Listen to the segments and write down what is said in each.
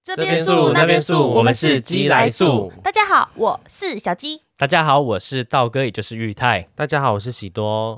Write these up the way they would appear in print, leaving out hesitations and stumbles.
这边素那边素，我们是鸡来素。 大家好，我是小鸡。 大家好，我是道哥，也就是玉泰。 大家好，我是喜多。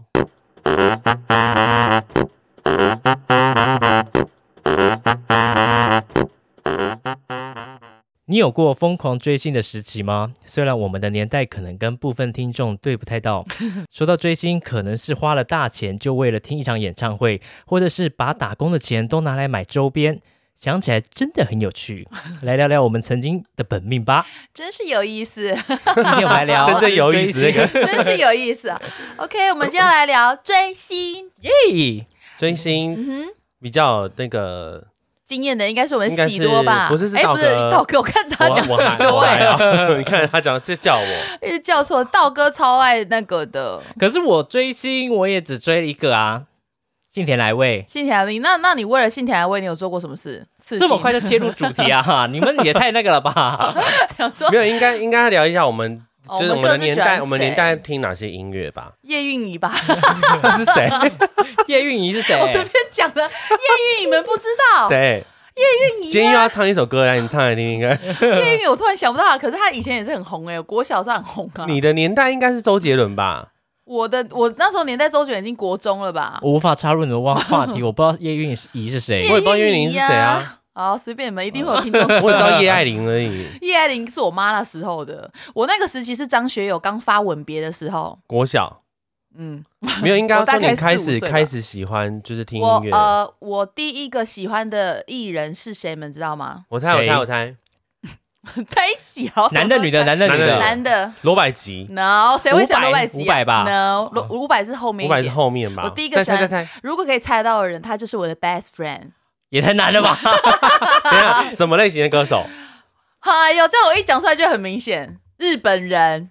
你有过疯狂追星的时期吗？虽然我们的年代可能跟部分听众对不太到，说到追星，可能是花了大钱就为了听一场演唱会，或者是把打工的钱都拿来买周边。想起来真的很有趣，来聊聊我们曾经的本命吧。 真是有意思。 今天我们来聊真正有意思这个真是有意思啊。OK， 我们今天来聊追星。 耶！ 追星比较那个经验的应该是我们喜多吧？ 不是道哥， 不是道哥，我看着他讲喜多你看他讲这叫我， 一直叫错。道哥超爱那个的。 可是我追星，我也只追了一个啊。信田来未， 信田来未，那你为了信田来未，你有做过什么事？ 这么快就切入主题啊？你们也太那个了吧？ 没有，应该聊一下我们就是我们的年代， 我们年代听哪些音乐吧？ 叶蕴仪吧？ 是谁？ 叶蕴仪是谁？ 我随便讲的。叶蕴仪你们不知道？ 谁？ 叶蕴仪。 今天又要唱一首歌来，你唱来听听看。 叶蕴仪我突然想不到，可是他以前也是很红哎，国小时候很红啊。 你的年代应该是周杰伦吧？ 我那时候年代周杰伦已经国中了吧？ 我无法插入你的话题，我不知道叶蕴仪是谁， 我也不知道叶蕴仪是谁啊。 好，随便你们一定会有听众知道。 我只知道叶爱玲而已。 叶爱玲是我妈那时候的，我那个时期是张学友刚发《吻别》的时候。 国小，没有，应该要说你开始喜欢就是听音乐。 我第一个喜欢的艺人是谁？你们知道吗？ 我猜。 太小， 男的女的， 男的。 罗百吉 ，No， 谁会想罗百吉 ？500吧 ，No， 500是后面一点。 500是后面吧？ 我第一个猜， 如果可以猜到的人，他就是我的 best friend。 也太难了吧？ 等一下，什么类型的歌手？ 哎呦，这样我一讲出来就很明显，日本人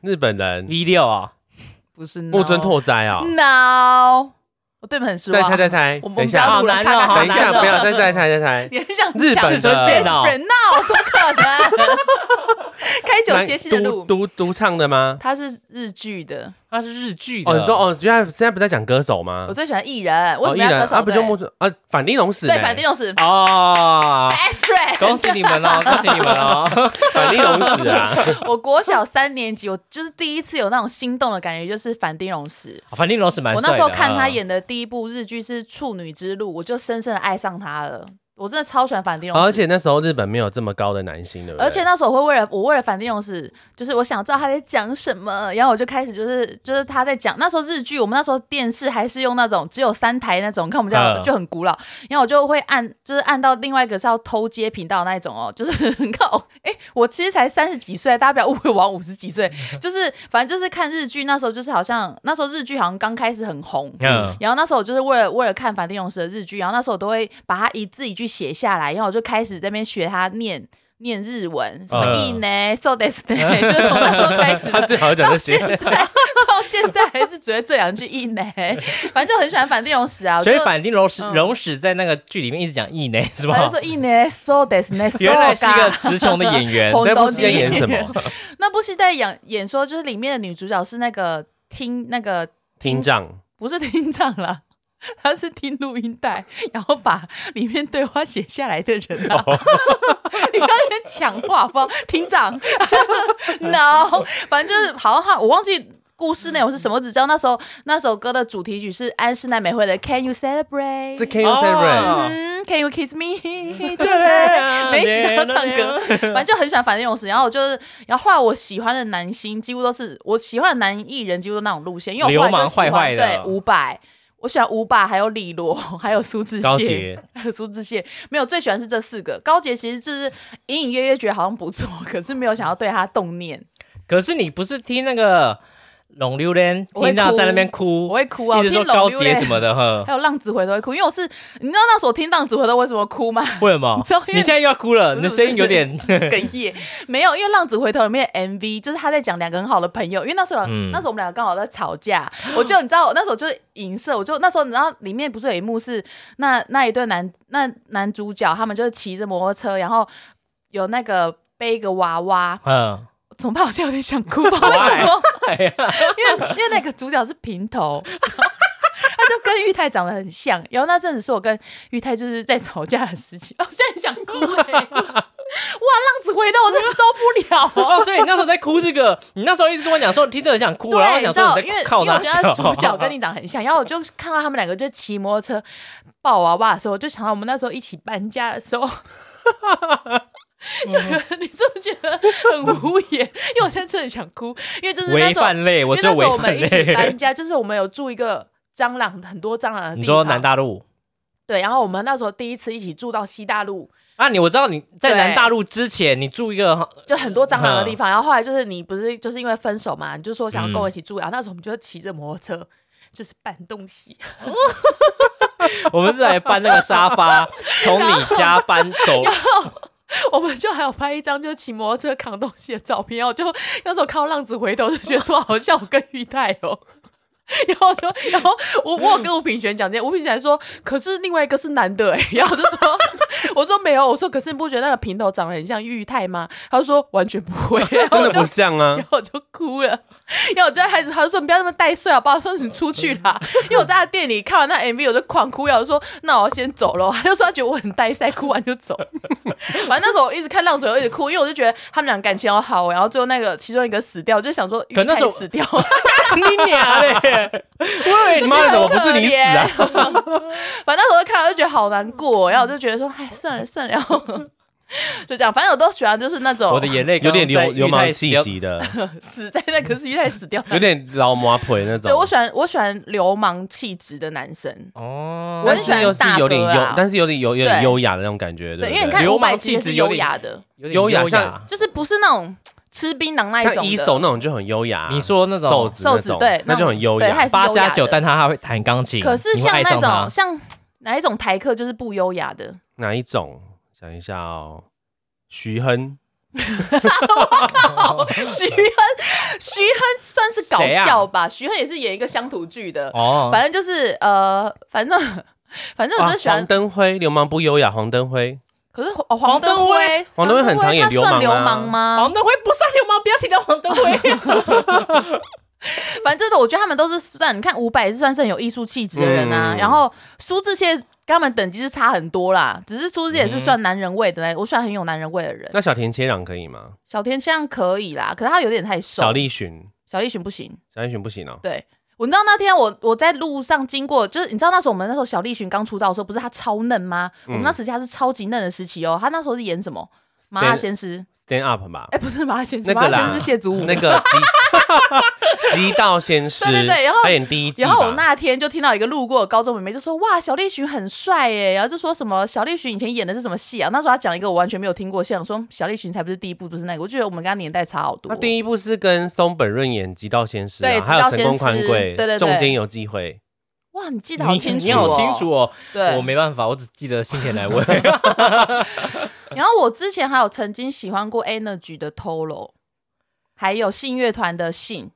V6 啊， 不是木村拓哉啊 ，No。我对你们很失望。 再猜，等一下， 好难哦， 等一下，不要再猜。 你很想日本的人闹，怎么可能？开酒歇息的路， 独唱的吗？ 他是日剧的。 他是日剧的。 你说现在不在讲歌手吗？ 我最喜欢艺人，为什么要歌手？ 不就木村反町隆史？ 对，反町隆史。 哦 ，best friend， 恭喜你们哦，恭喜你们哦， 反町隆史啊！ 我国小3年级，我就是第一次有那种心动的感觉，就是反町隆史。 反町隆史蛮帅的。 我那时候看他演的第一部日剧是《处女之路》，我就深深的爱上他了。我真的超喜欢反町隆史， 而且那时候日本没有这么高的男星，对不对？ 而且那时候我为了反町隆史，就是我想知道他在讲什么，然后我就开始就是他在讲那时候日剧，我们那时候电视还是用那种只有3台那种，看我们家就很古老，然后我就会按到另外一个是要偷接频道那一种哦，就是你看我其实才30几岁，大家不要误会我50几岁，就是反正就是看日剧，那时候就是好像那时候日剧好像刚开始很红，然后那时候我就是为了看反町隆史的日剧，然后那时候我都会把它自己去写下来，然后我就开始在那边学他念日文，什么いいねそうですね，就是从那时候開始他最好讲这些， 到現在還是只會這兩句いいね，反正就很喜歡反町隆史啊。 所以反町隆史在那個劇裡面一直講いいね，是吧？ 他就說いいねそうですね， 原來是一個詞窮的演員。 那部戲在演什麼？ 那部戲在演說，就是裡面的女主角是那個聽障， 不是聽障啦。他是聽錄音帶，然後把裡面對話寫下來的人啊！你剛才搶話不？聽長 ，no， 反正就是好像我忘記故事內容是什麼，我只知道那首歌的主題曲是安室奈美惠的《Can You Celebrate》， 是 Can You Celebrate，Can You Kiss Me， 对不對？每一集都要唱歌，反正就很喜歡反町隆史。然後後來我喜歡的男星幾乎都是我喜歡的男藝人，幾乎都那種路線，因為我後來就喜歡流氓壞壞的對伍佰。我喜歡伍佰，還有李羅，還有蘇志燮，還有蘇志燮。沒有，最喜歡是這4個。高捷其實就是隱隱約約覺得好像不錯，可是沒有想要對他動念。 可是你不是聽那個龍溜蓮，聽到在那邊哭， 我會哭啊！ 一直說高捷什麼的， 還有浪子回頭會哭，因為你知道那時候我聽浪子回頭為什麼哭嗎？ 為什麼？你現在又要哭了，你的聲音有點哽咽。沒有，因為浪子回頭裡面的 MV 就是他在講兩個很好的朋友，因為那時候我們兩個剛好在吵架，我就你知道我那時候就是影射，我就那時候你知道裡面不是有一幕是那一對男主角他們就是騎着摩托車，然後有那個背一個娃娃，怎麼辦？我現在有點想哭，不知道為什麼？因為那個主角是平頭，他就跟玉泰長得很像。然後那陣子是我跟玉泰就是在吵架的事情，我現在很想哭浪子回头，我真的受不了。 所以你那时候在哭这个，你那时候一直跟我讲说听着很想哭，然后我想说你在靠啥笑？ 因为我觉得主角跟你长很像，然后我就看到他们两个就骑摩托车抱娃娃的时候，我就想到我们那时候一起搬家的时候。就你是不是觉得很无言？因为我现在真的很想哭，因为就是那时候类，我就我们一起搬家，就是我们有住一个蟑螂很多蟑螂的地方。 你说南大陆？ 对，然后我们那时候第一次一起住到西大陆啊，我知道你在南大陆之前，你住一个就很多蟑螂的地方，然后后来就是你不是就是因为分手嘛，你就说想要跟我一起住，然后那时候我们就骑着摩托车就是搬东西。 我们是来搬那个沙发，从你家搬走。 然后我们就还有拍一张就是骑摩托车扛东西的照片，然后就那时候看到浪子回头就觉得说好像我跟玉泰哦。然后我有跟吴品璇讲这些，吴品璇还说可是另外一个是男的然后我就说我说没有，我说可是你不觉得那个平头长得很像玉泰吗？他就说完全不会， 真的不像啊。 然后我就哭了，然后我就在孩子，他就说你不要那么带碎好不好？说你出去啦，因为我在他店里看完那 MV 我就狂哭，然后我说那我要先走了，他就说他觉得我很带塞，哭完就走了。反正那时候我一直看浪子，我一直哭，因为我就觉得他们俩感情好，然后最后那个其中一个死掉，我就想说玉泰死掉， 你娘嘞！ 喂，妈怎么不是你死啊？ 反正那时候看到就觉得好难过，然后我就觉得说哎算了，然后就这样，反正我都喜欢就是那种我的眼泪有点流氓气息的， 死在那个是玉泰死掉， 有点老麻婆那种。 对，我喜欢流氓气质的男生哦， 我很喜欢大哥啊， 但是有点优雅的那种感觉，对， 因为你看流氓气质优雅的， 优雅像就是不是那种吃槟榔那一种的， 像一手那种就很优雅。 你说那种瘦子对， 那就很优雅。 8+9，但他还会弹钢琴。 可是像那种像哪一种台客就是不优雅的？ 哪一种？想一下哦，徐亨。 我靠，徐亨算是搞笑吧？徐亨也是演一个乡土剧的哦。反正就是反正我就喜欢黄登辉，流氓不优雅。黄登辉。 可是黄登辉很常演流氓啊， 他算流氓吗？ 黄登辉不算流氓，不要提到黄登辉。 反正我觉得他们都是算，你看伍佰也是算是很有艺术气质的人啊，然后苏志燮跟他们等级是差很多啦，只是苏志燮也是算男人味的，我喜欢很有男人味的人。 那小田切让可以吗？ 小田切让可以啦，可是他有点太瘦。 小栗旬不行， 哦。 对。我知道那天我在路上经过，就是你知道那时候我们那时候小栗旬刚出道的时候，不是他超嫩吗？我们那时期他是超级嫩的时期哦。他那时候是演什么？麻辣鲜师 Stand Up 吧？ 不是麻辣鲜师， 那个啦， 麻辣鲜师谢祖武那个极道鲜师。 对，然后他演第一季。 然后我那天就听到一个路过的高中妹妹就说：“哇，小栗旬很帅耶！”然后就说什么小栗旬以前演的是什么戏啊？那时候他讲一个我完全没有听过，想说小栗旬才不是第一部，不是那个。我觉得我们跟他年代差好多。 他第一部是跟松本润演《极道鲜师》， 对， 还有成功宽贵， 对， 中间有机会。 哇，你记得好清楚， 你好清楚哦。 对， 我没办法，我只记得新田来未。 然后我之前还有曾经喜欢过 Energy 的 Tolo， 还有信乐团的信。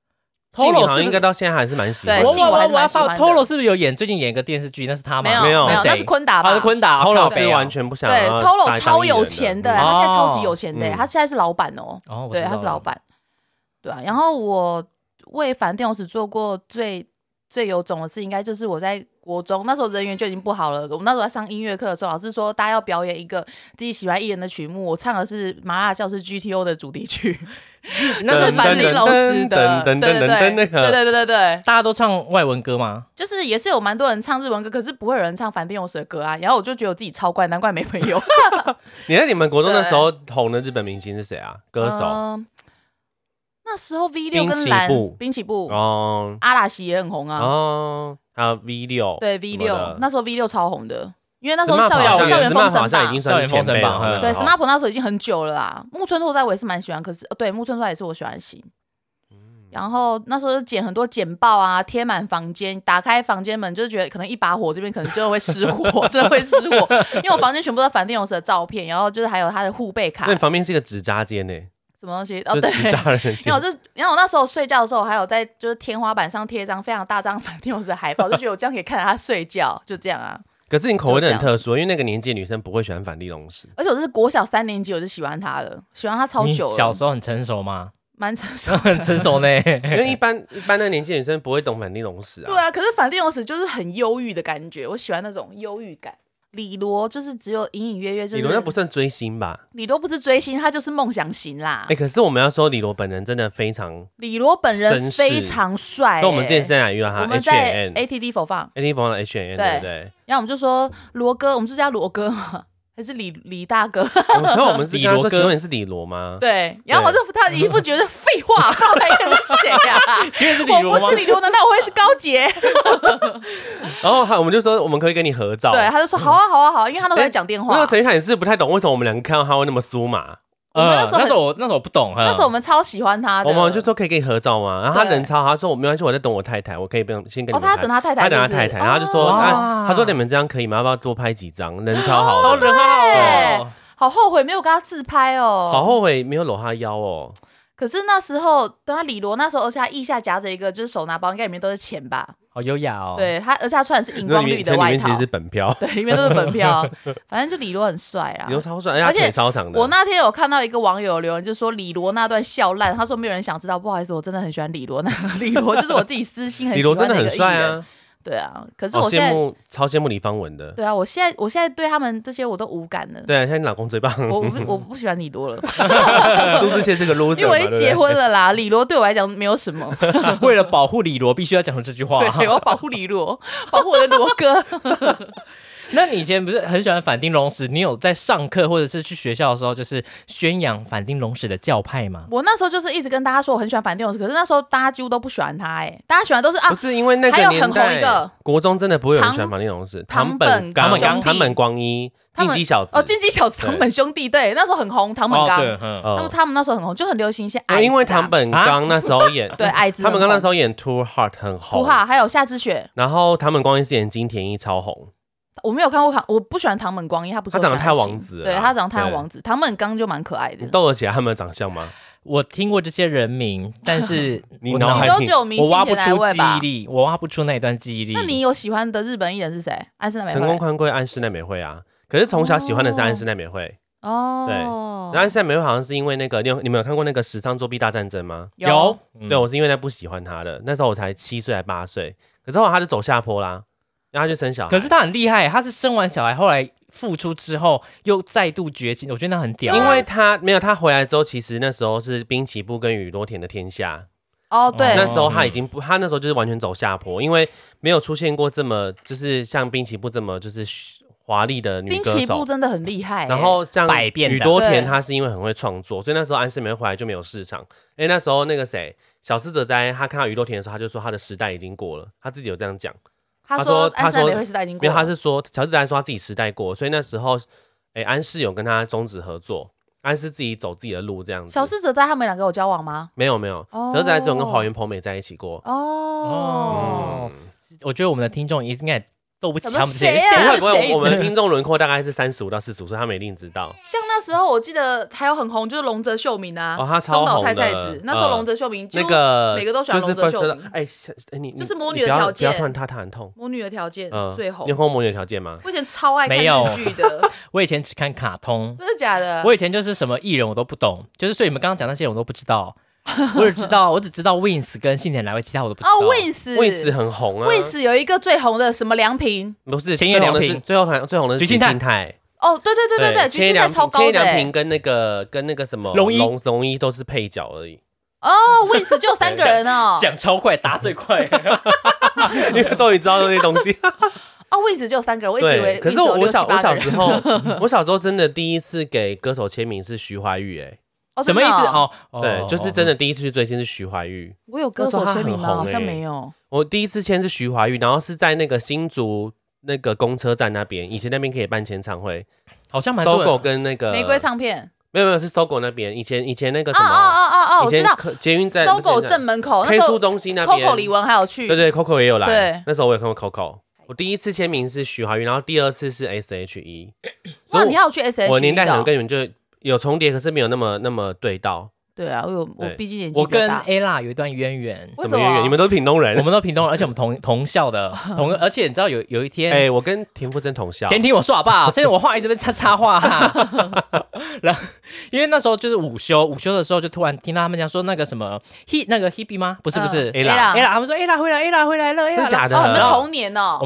Tolo 好像应该到现在还是蛮喜欢的。 对，信我还是蛮喜欢的。 Tolo 是不是最近演一个电视剧？那是他吗？ 没有，那是昆达吧？ 是昆达。 Tolo 是完全不想。 对 ，Tolo 超有钱的，他现在超级有钱的，他现在是老板哦。对，他是老板。对啊，然后我为反电容史做过最有种的事，应该就是我在国中那时候人缘就已经不好了。我们那时候在上音乐课的时候，老师说大家要表演一个自己喜欢艺人的曲目，我唱的是麻辣教师 GTO 的主题曲，那是樊玲老师的。对， 大家都唱外文歌吗？ 就是也是有蛮多人唱日文歌，可是不会有人唱反电容史的歌啊。然后我就觉得我自己超怪，难怪没朋友。 你们国中的时候红的日本明星是谁啊？歌手？ 那时候 V6 跟蓝滨崎步哦，阿拉西也很红啊哦，还有 V6 对 V6， 那时候 V6 超红的，因为那时候校园封神榜已经算是前辈了， 对 SMAP 那时候已经很久了啦。木村拓哉我也是蛮喜欢，可是对木村拓哉也是我喜欢的型。然后那时候剪很多简报啊，贴满房间，打开房间门就是觉得可能一把火这边可能就会失火，真的会失火，因为我房间全部都是反电容史的照片，然后就是还有他的护背卡。 那你房间是一个纸扎间呢？ 什么东西？ 哦，对， 然后我那时候睡觉的时候，还有在就是天花板上贴一张非常大张反电容史的海报，就觉得我这样可以看着他睡觉，就这样啊。 可是你口味很特殊，因为那个年纪的女生不会喜欢反电容史， 而且我是国小3年级我就喜欢他了，喜欢他超久了。 你小时候很成熟吗？ 蛮成熟， 很成熟呢。 因为一般的年纪的女生不会懂反电容史啊。 对啊，可是反电容史就是很忧郁的感觉，我喜欢那种忧郁感。 李罗就是只有隐隐约约，就是李罗那不算追星吧？ 李罗不是追星，他就是梦想型啦。 可是我们要说李罗本人真的非常， 李罗本人非常帅。 那我们之前在哪遇到他？ 我们在 ATD 否放 ，ATD 否放的 H&M 对不对？ 然后我们就说罗哥，我们就叫罗哥嘛。还是李大哥？ 然后我们是跟他说，请问你是李罗吗？ 对，然后他一副觉得废话，不知道他是谁啊？ 请问是李罗吗？ 我不是李罗，难道我会是高洁？ 然后我们就说，我们可以跟你合照。 对，他就说好啊，好啊，好啊，因为他那时候在讲电话。 那个陈一凯也是不太懂，为什么我们两个看到他会那么酥麻。 那时候我不懂， 那时候我们超喜欢他的。 我们就说可以跟你合照吗？然后他人超好，他说我没关系，我在等我太太，我可以不用先跟你们拍。他等他太太， 他等他太太，然后就说，他说你们这样可以吗？要不要多拍几张？人超好的， 人好好后悔没有跟他自拍哦， 好后悔没有搂他腰哦。 可是那时候，等他李罗那时候，而且他腋下夹着一个就是手拿包，应该里面都是钱吧。 好优雅哦！ 对他，而且他穿的是荧光绿的外套， 里面其实是本票， 对，里面都是本票。反正就李罗很帅啊， 李罗超帅，而且腿超长的。 我那天有看到一个网友留言，就说李罗那段笑烂，他说没有人想知道。不好意思，我真的很喜欢李罗，李罗就是我自己私心很喜欢的一个艺人。李罗真的很帅啊。对啊，可是我现在超羡慕李芳文的。 对啊，我现在对他们这些我都无感了。 对啊，现在你老公最棒。 我不喜欢李罗了。 苏志燮是个 loser， 因为我已经结婚了啦。李罗对我来讲没有什么。 为了保护李罗，必须要讲出这句话。 对，我要保护李罗，保护我的罗哥。 那你以前不是很喜欢反町隆史？你有在上课或者是去学校的时候，就是宣扬反町隆史的教派吗？ 我那时候就是一直跟大家说我很喜欢反町隆史，可是那时候大家几乎都不喜欢他，大家喜欢都是不是因为那个年代， 还有很红一个国中真的不会有人喜欢反町隆史，堂本光一、进击小子进击小子、堂本兄弟，对，那时候很红，堂本刚，他们那时候很红，就很流行一些矮子， 因为堂本刚那时候演对矮子， 堂本刚那时候演 To Heart 很红， 还有夏之雪， 然后堂本光一是演金田一超红。 我没有看过我不喜欢堂本光一，他不是他长得太王子了， 对他长得太王子，堂本刚就蛮可爱的。 窦娥姐他们有长相吗？ 我听过这些人名，但是你脑海里我挖不出记忆力，我挖不出那一段记忆力。 那你有喜欢的日本艺人是谁？安室奈美惠。 成功宽贵安室奈美惠啊，可是从小喜欢的是安室奈美惠。哦，对，然后安室奈美惠好像是因为那个你们有看过那个时尚作弊大战争吗？ 有， 对我是因为那不喜欢他的，那时候我才7岁还8岁，可是后来他就走下坡啦。然后他就生小孩， 可是他很厉害，他是生完小孩后来复出之后又再度崛起，我觉得那很屌。 因为他回来之后，其实那时候是滨崎步跟宇多田的天下。 哦，对， 那时候他已经不，他那时候就是完全走下坡，因为没有出现过这么就是像滨崎步这么就是华丽的女歌手。 滨崎步真的很厉害， 然后像宇多田，他是因为很会创作，所以那时候安室奈美惠回来就没有市场。那时候那个谁小室哲哉，他看到宇多田的时候，他就说他的时代已经过了，他自己有这样讲。 他说安室奈美惠时代已经过了， 没有，他是说小室哲哉说他自己时代过，所以那时候安室有跟他终止合作，安室自己走自己的路这样子。 小室哲哉他们两个有交往吗？ 没有，小室哲哉只有跟华原朋美在一起过。 我觉得我们的听众应该斗不起他们谁不会，我们的听众轮廓大概是35到45岁，他们一定知道。 像那时候我记得还有很红，就是龙泽秀明啊， 他超红的。 菜子那时候龙泽秀明那个每个都喜欢龙泽秀明。你就是魔女的条件， 不要突然他很痛。 魔女的条件最红。 你有看魔女的条件吗？ 我以前超爱看日剧的。 我以前只看卡通。 真的假的？ 我以前就是什么艺人我都不懂，就是所以你们刚刚讲那些人我都不知道。我只知道 Wins 跟信田来未，其他我都不知道。 Wins 很红啊。 Wins 有一个最红的什么良平， 不是千叶良平， 最红的是菊庆太。 哦，对，菊庆太超高的。 千叶良平跟那个什么龙一都是配角而已。 哦 ，Wins 就3个人哦。 讲超快，答最快。 因为终于知道那些东西。 Wins 就3个人，我一直以为。 可是我小时候真的第一次给歌手签名是徐怀钰什么意思？ 对，就是真的第一次去追星是徐怀钰。 我有歌手签名吗？好像没有。 我第一次签是徐怀钰，然后是在那个新竹那个公车站那边，以前那边可以办签唱会， 好像蛮多的。 搜狗跟那个玫瑰唱片， 没有是搜狗那边，以前那个什么我知道， 捷运在搜狗正门口 ，K 书中心那边 ，Coco 李玟还有去， 对，Coco 也有来。 对， 那时候我有看过 Coco。我第一次签名是徐怀钰，然后第二次是 SHE。 哇，你还有去 SHE？ 我年代可能跟你们就有重叠，可是没有那么对到。 对啊，我毕竟年纪我跟 Ella 有一段渊源。 什么渊源？你们都是屏东人， 我们都屏东人，而且我们同校的，而且你知道有一天， 我跟田馥甄同校。 先听我说好不好？所以我画一直在插话哈。然后因为那时候就是午休的时候，就突然听到他们讲说那个什么Hebe 吗？不是 Ella， 他们说 Ella 回来了， 真的假的？ 你们同年哦。 我们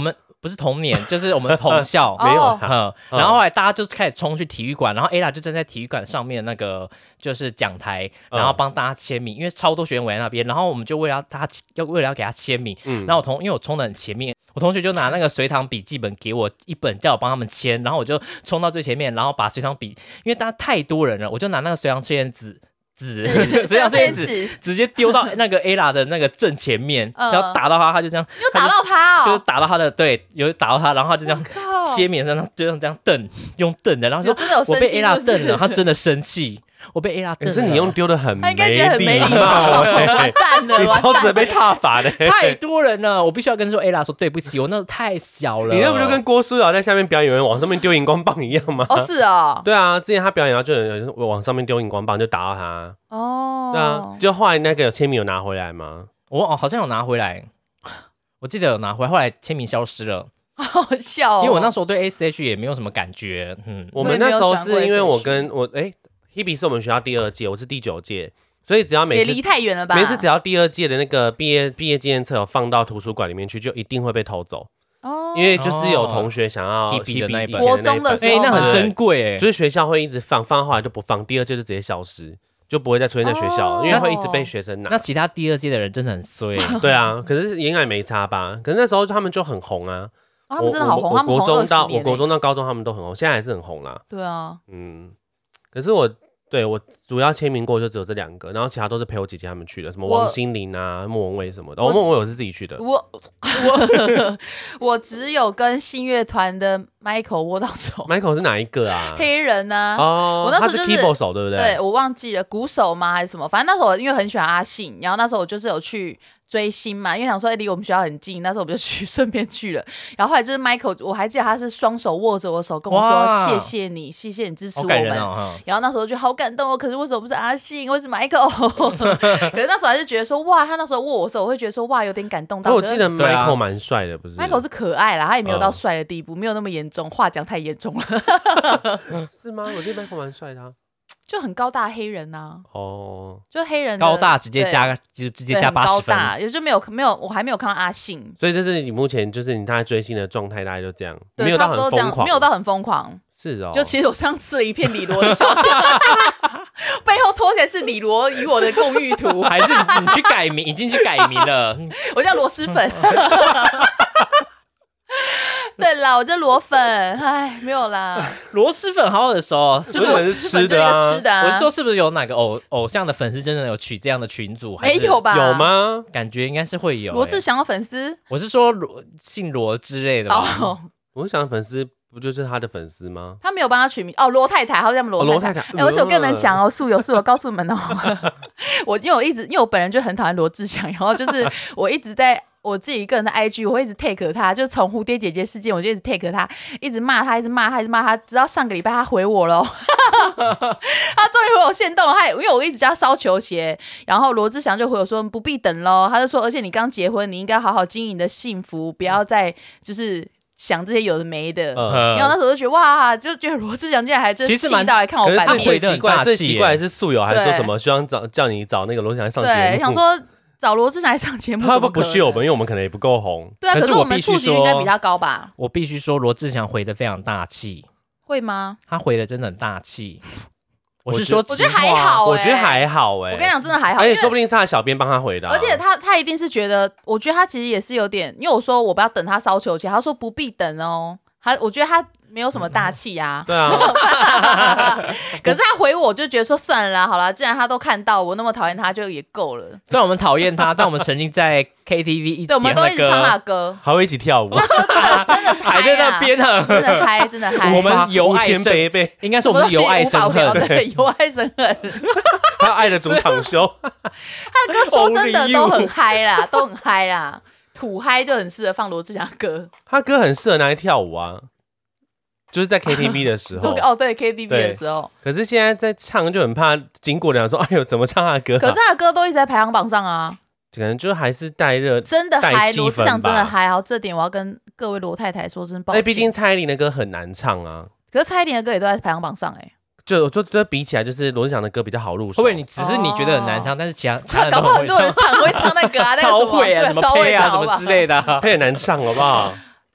不是同年，就是我们同校没有他。 然后后来大家就开始冲去体育馆，然后 Ella 就站在体育馆上面那个就是讲台，然后帮大家签名，因为超多学员围在那边，然后我们就为了要给他签名，然后因为我冲得很前面，我同学就拿那个随堂笔记本给我一本，叫我帮他们签，然后我就冲到最前面，然后把随堂笔，因为大家太多人了，我就拿那个随堂测验纸。所以这样子直接丢到那个 Ella 的那个正前面，然后打到他就这样， 又打到他就是打到他的对，有打到他，然后他就这样切面上，就这样瞪，用瞪的，然后说我被 Ella 瞪了，他真的生气。我被 Ella 瞪了， 可是你用丢的很没礼貌， 完蛋了， 你超值被踏罚的， 太多人了，我必须要跟Ella 说对不起，我那太小了。 你那不就跟郭书瑶在下面表演，有人往上面丢荧光棒一样吗？ 哦，是哦， 对啊，之前他表演，然后就有人往上面丢荧光棒，就打到他。 哦， 对啊，就后来那个签名有拿回来吗？ 我好像有拿回来，我记得有拿回来，后来签名消失了。 好笑， 因为我那时候对 SH 也没有什么感觉。 我们那时候是因为我跟Hebe 是我们学校第2届，我是第9届，所以只要每次也离太远了吧？ 每次只要第2届的那个毕业纪念册有放到图书馆里面去，就一定会被偷走。哦，因为就是有同学想要 Hebe 的那一本， 国中的时候， 那很珍贵就是学校会一直放后来就不放，第2届就直接消失，就不会再出现在学校，因为会一直被学生拿。 那其他第2届的人真的很衰。 对啊，可是应该没差吧？可是那时候他们就很红啊。 他们真的好红， 我国中到高中他们都很红，现在还是很红啦。 对啊， 可是我主要签名过就只有这2个，然后其他都是陪我姐姐他们去的，什么王心凌啊、莫文蔚什么的。莫文蔚我是自己去的。 我只有跟信乐团的 Michael 握到手。 Michael 是哪一个啊？ 黑人啊。 哦， 我那时候他是 keyboard 手对不对？ 对，我忘记了鼓手吗还是什么？反正那时候我因为很喜欢阿信，然后那时候我就是有去追星嘛，因为想说离我们学校很近，那时候我们就顺便去了。然后后来就是 Michael， 我还记得他是双手握着我手，跟我说谢谢你支持我们。然后那时候就好感动哦。可是为什么不是阿信，为什么 Michael？ 可是那时候还是觉得说哇，他那时候握我手，我会觉得说哇有点感动到。 我记得 Michael 蛮帅的，不是 ？Michael 是可爱啦，他也没有到帅的地步，没有那么严重，话讲太严重了。 是吗？我觉得 Michael 蛮帅的。 就很高大黑人呐、就黑人高大直接加80 高分， 大也就没有，我还没有看到阿信， 所以这是你目前就是你大概追星的状态，大概就这样， 对， 没有到很疯狂， 没有到很疯狂， 是哦。 就其实我上次了一片李罗的肖像，背后拖起来是李罗与我的共浴图， 还是你去改名，已经去改名了？ 我叫螺蛳粉。对啦，我叫螺粉，哎，没有啦。 螺蛳粉好耳熟哦， 是不是吃的啊？ 我是说，是不是有哪个偶像的粉丝真的有取这样的群组？ 没有吧？ 有吗？ 感觉应该是会有。 罗志祥的粉丝？ 我是说姓罗之类的吧。 罗志祥的粉丝不就是他的粉丝吗？ 他没有帮他取名哦，罗太太，他叫罗太太。而且我跟你们讲哦，素友，我告诉你们哦，因为我本人就很讨厌罗志祥，然后就是我一直在。我自己一个人的 IG， 我会一直 take 他，就从蝴蝶姐姐事件，我就一直 take 他，一直骂他，直到上个礼拜他回我了，他终于回我限动了，因为我一直叫他烧球鞋，然后罗志祥就回我说不必等咯，他就说，而且你刚结婚，你应该好好经营你的幸福，不要再就是想这些有的没的，然后那时候就觉得哇，就觉得罗志祥竟然还真气到来看我版面， 最奇怪的是素友还说什么希望叫你找那个罗志祥上节目， 对，想说。找罗志祥来上节目， 他不需要我们，因为我们可能也不够红。 对啊，可是我们触及率应该比他高吧？ 我必须说，罗志祥回的非常大气。 会吗？ 他回的真的很大气。我是说， 我觉得还好， 我觉得还好我跟你讲，真的还好， 而且说不定是他的小编帮他回的。 而且他一定是觉得，我觉得他其实也是有点，因为我说我不要等他烧球鞋，他说不必等哦。我觉得他没有什么大气啊。 对啊。 可是他回我就觉得说算了啦，好啦，既然他都看到我那么讨厌他，就也够了。 虽然我们讨厌他，但我们曾经在 KTV 一起， 对，我们都一直唱他的歌， 还会一起跳舞。 真的还在那边呢， 真的嗨，真的嗨。 我们由爱生恨，应该是我们是由爱生恨， 对，由爱生恨。 他爱的主场秀， 他的歌说真的都很嗨啦，都很嗨啦。土嗨就很适合放罗志祥歌， 他歌很适合拿来跳舞啊，就是在 KTV 的时候。 哦，对 KTV 的时候。 可是现在在唱就很怕经过的人说：“哎呦，怎么唱他的歌？” 可是他的歌都一直在排行榜上啊， 可能就还是带热， 真的嗨，罗志祥真的嗨。好，这点我要跟各位罗太太说声抱歉。 毕竟蔡依林的歌很难唱啊， 可是蔡依林的歌也都在排行榜上哎。 就比起来，就是罗志祥的歌比较好入手。 会不会你只是你觉得很难唱，但是其他人搞不好很多人会唱那个啊， 超会啊，什么配啊什么之类的， 配很难唱，好不好？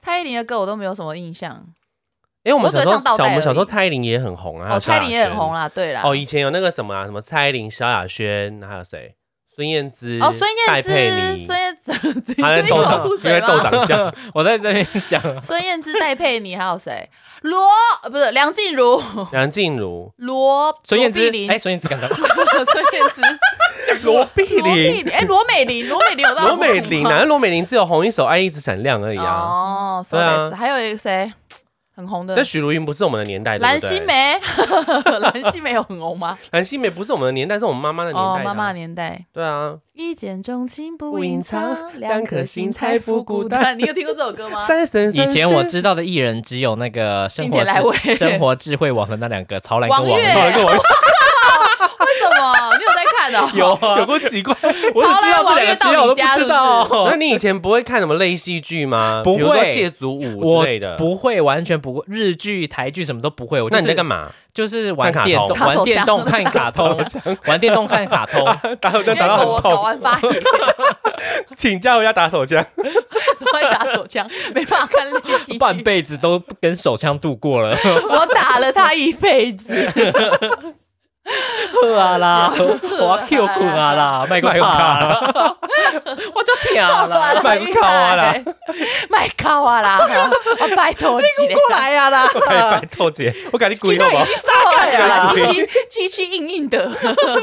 蔡依林的歌我都没有什么印象。 我们小时我候蔡依林也很红啊， 蔡依林也很红啦，对啦。 以前有那个什么啊，什么蔡依林、萧亚轩，还有谁？孙燕姿、 戴佩妮、 孙燕姿， 他在斗长相， 我在这边想， 孙燕姿、戴佩妮，还有谁？不是梁静茹， 孙燕姿，孙燕姿刚刚， 孙燕姿， 罗碧玲， 罗美玲有到罗美玲，哪个罗美玲只有红一首《爱一直闪亮》而已啊？对啊，还有一个谁？很红的， 但许茹芸不是我们的年代， 蓝心湄，蓝心湄有很红吗？ 蓝心湄不是我们的年代，是我们妈妈的年代。 妈妈的年代。 对啊， 一见钟情不隐藏，两颗心才不孤单。你有听过这首歌吗？ 以前我知道的艺人只有那个生活智慧网的那2个，曹兰跟王月。为什么？你有在看哦？ 有啊， 有够奇怪。 我只知道这2个，其他我都不知道。 那你以前不会看什么类戏剧吗？ 不会， 谢祖武之类的， 不会，完全不会。日剧、台剧什么都不会。 那你在干嘛？ 就是玩电动、看卡通、玩电动、看卡通。 打我搞完发言， 请假回家打手枪， 都在打手枪，没办法看类戏剧， 半辈子都跟手枪度过了。 我打了他一辈子。 好啊啦，我Q困啊啦，卖个卡啦，我就听啦， 卖个靠啊啦， 卖靠啊啦，我拜托你过来呀啦， 拜托姐，我赶紧跪好不好？ 你撒开啊，机器硬硬的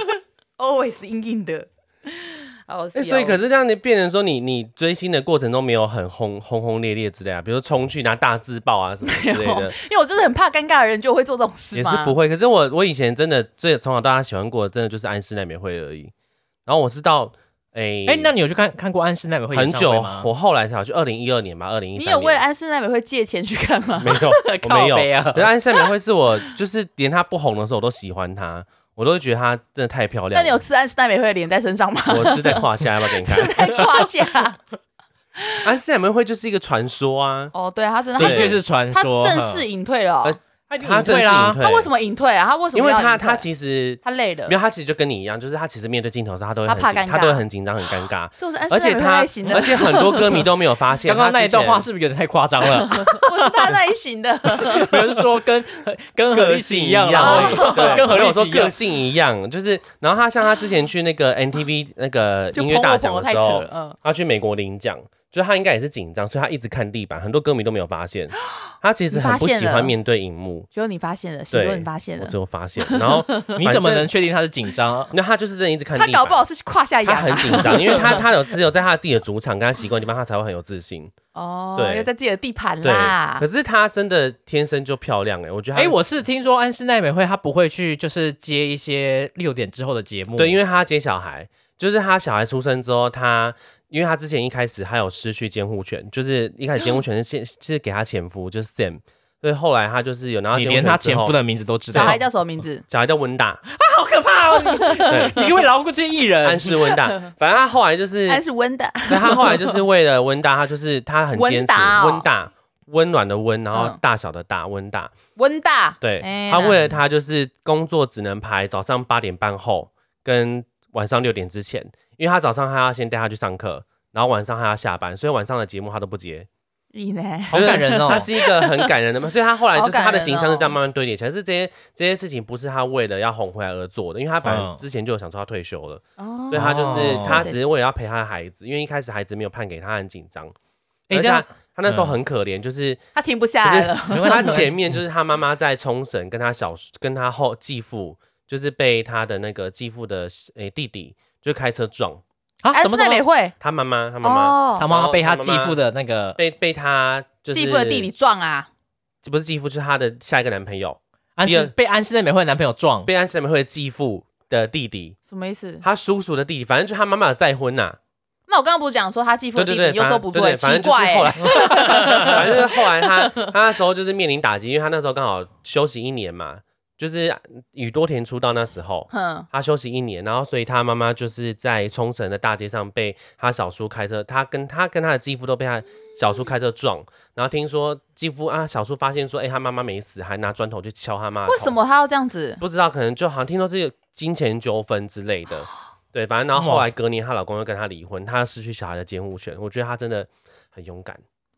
，always 硬硬的。 所以可是这样，你变成说你追星的过程中没有很轰烈烈之类啊，比如说冲去拿大字报啊什么之类的。 因为我就是很怕尴尬的人，就会做这种事嘛。也是不会，可是我以前真的从小到大喜欢过的，真的就是安室奈美惠而已。然后我是到那你有去看过安室奈美惠演唱会吗？ 很久，我后来才有去2012年吧，2013年。 你有为了安室奈美惠借钱去看吗？ 没有，我没有。可是安室奈美惠是我就是连她不红的时候我都喜欢她。我都会觉得她真的太漂亮了。 那你有吃安室奈美惠的脸在身上吗？ 我吃在胯下，要不要给你看？ 吃在胯下。 安室奈美惠就是一个传说啊！ 对，他真的， 他就是传说， 他正式隐退了。 他正式隐退， 他为什么隐退啊？他为什么？ 因为他其实他累了， 没有，他其实就跟你一样，就是他其实面对镜头的时候，他都会很紧张、很尴尬。 而且很多歌迷都没有发现。 刚刚那一段话是不是有点太夸张了？ 我是他那一型的， 有人说跟何立奇一样， 对， 跟何立奇说个性一样，就是，然后像他之前去那个 NTV 那个音乐大奖的时候，他去美国领奖。就是他应该也是紧张，所以他一直看地板，很多歌迷都没有发现。他其实很不喜欢面对荧幕。 只有你发现了，只有你发现了， 我只有发现。然后你怎么能确定他是紧张？ 那他就是真的一直看地板。 他搞不好是胯下痒。 他很紧张，因为他只有在他自己的主场跟他习惯的地方，他才会很有自信。 对，因为在自己的地盘啦。 可是他真的天生就漂亮我觉得。 我是听说安室奈美惠她不会去就是接一些6点之后的节目。 对，因为他接小孩，就是他小孩出生之后，因为他之前一开始还有失去监护权，就是一开始监护权是给他前夫，就是 Sam， 所以后来他就是有拿到监护权之后， 你连他前夫的名字都知道。 小孩叫什么名字？ 小孩叫温大啊， 好可怕哦！你可不可以饶过这些艺人？ 安室温大，反正他后来就是安室温大， 他后来就是为了温大，他很坚持温大，温暖的温，然后大小的大，温大，对，他为了他就是工作只能排早上8点半后跟晚上6点之前。因为他早上他要先带他去上课，然后晚上他要下班，所以晚上的节目他都不接。 好感人哦！ 他是一个很感人的嘛，所以他后来就是他的形象是这样慢慢堆叠起来。是这些事情不是他为了要红回来而做的，因为他本来之前就有想说要退休了，所以他他只是为了要陪他的孩子，因为一开始孩子没有判给他，很紧张。而且他那时候很可怜，就是他停不下来了。 因为他前面就是他妈妈在冲绳跟他继父，就是被他的那个继父的弟弟。就开车撞安室奈美惠， 他妈妈被他继父的那个被他就是继父的弟弟撞啊， 这不是继父，就是他的下一个男朋友， 被安室奈美惠的男朋友撞， 被安室奈美惠的继父的弟弟， 什么意思？ 他叔叔的弟弟，反正就他妈妈的再婚呐。 那我刚刚不是讲说他继父的弟弟，又说不对， 反正就是后来，反正就是后来他那时候就是面临打击，因为他那时候刚好休息1年嘛。就是宇多田出道那时候，他休息1年，然后所以他妈妈就是在冲绳的大街上被他小叔开车，他跟他的继父都被他小叔开车撞，然后听说继父小叔发现说，他妈妈没死，还拿砖头去敲他妈的头。 为什么他要这样子？ 不知道，可能就好像听说这个金钱纠纷之类的，对，反正然后后来隔年她老公又跟她离婚，她失去小孩的监护权，我觉得她真的很勇敢。 哇，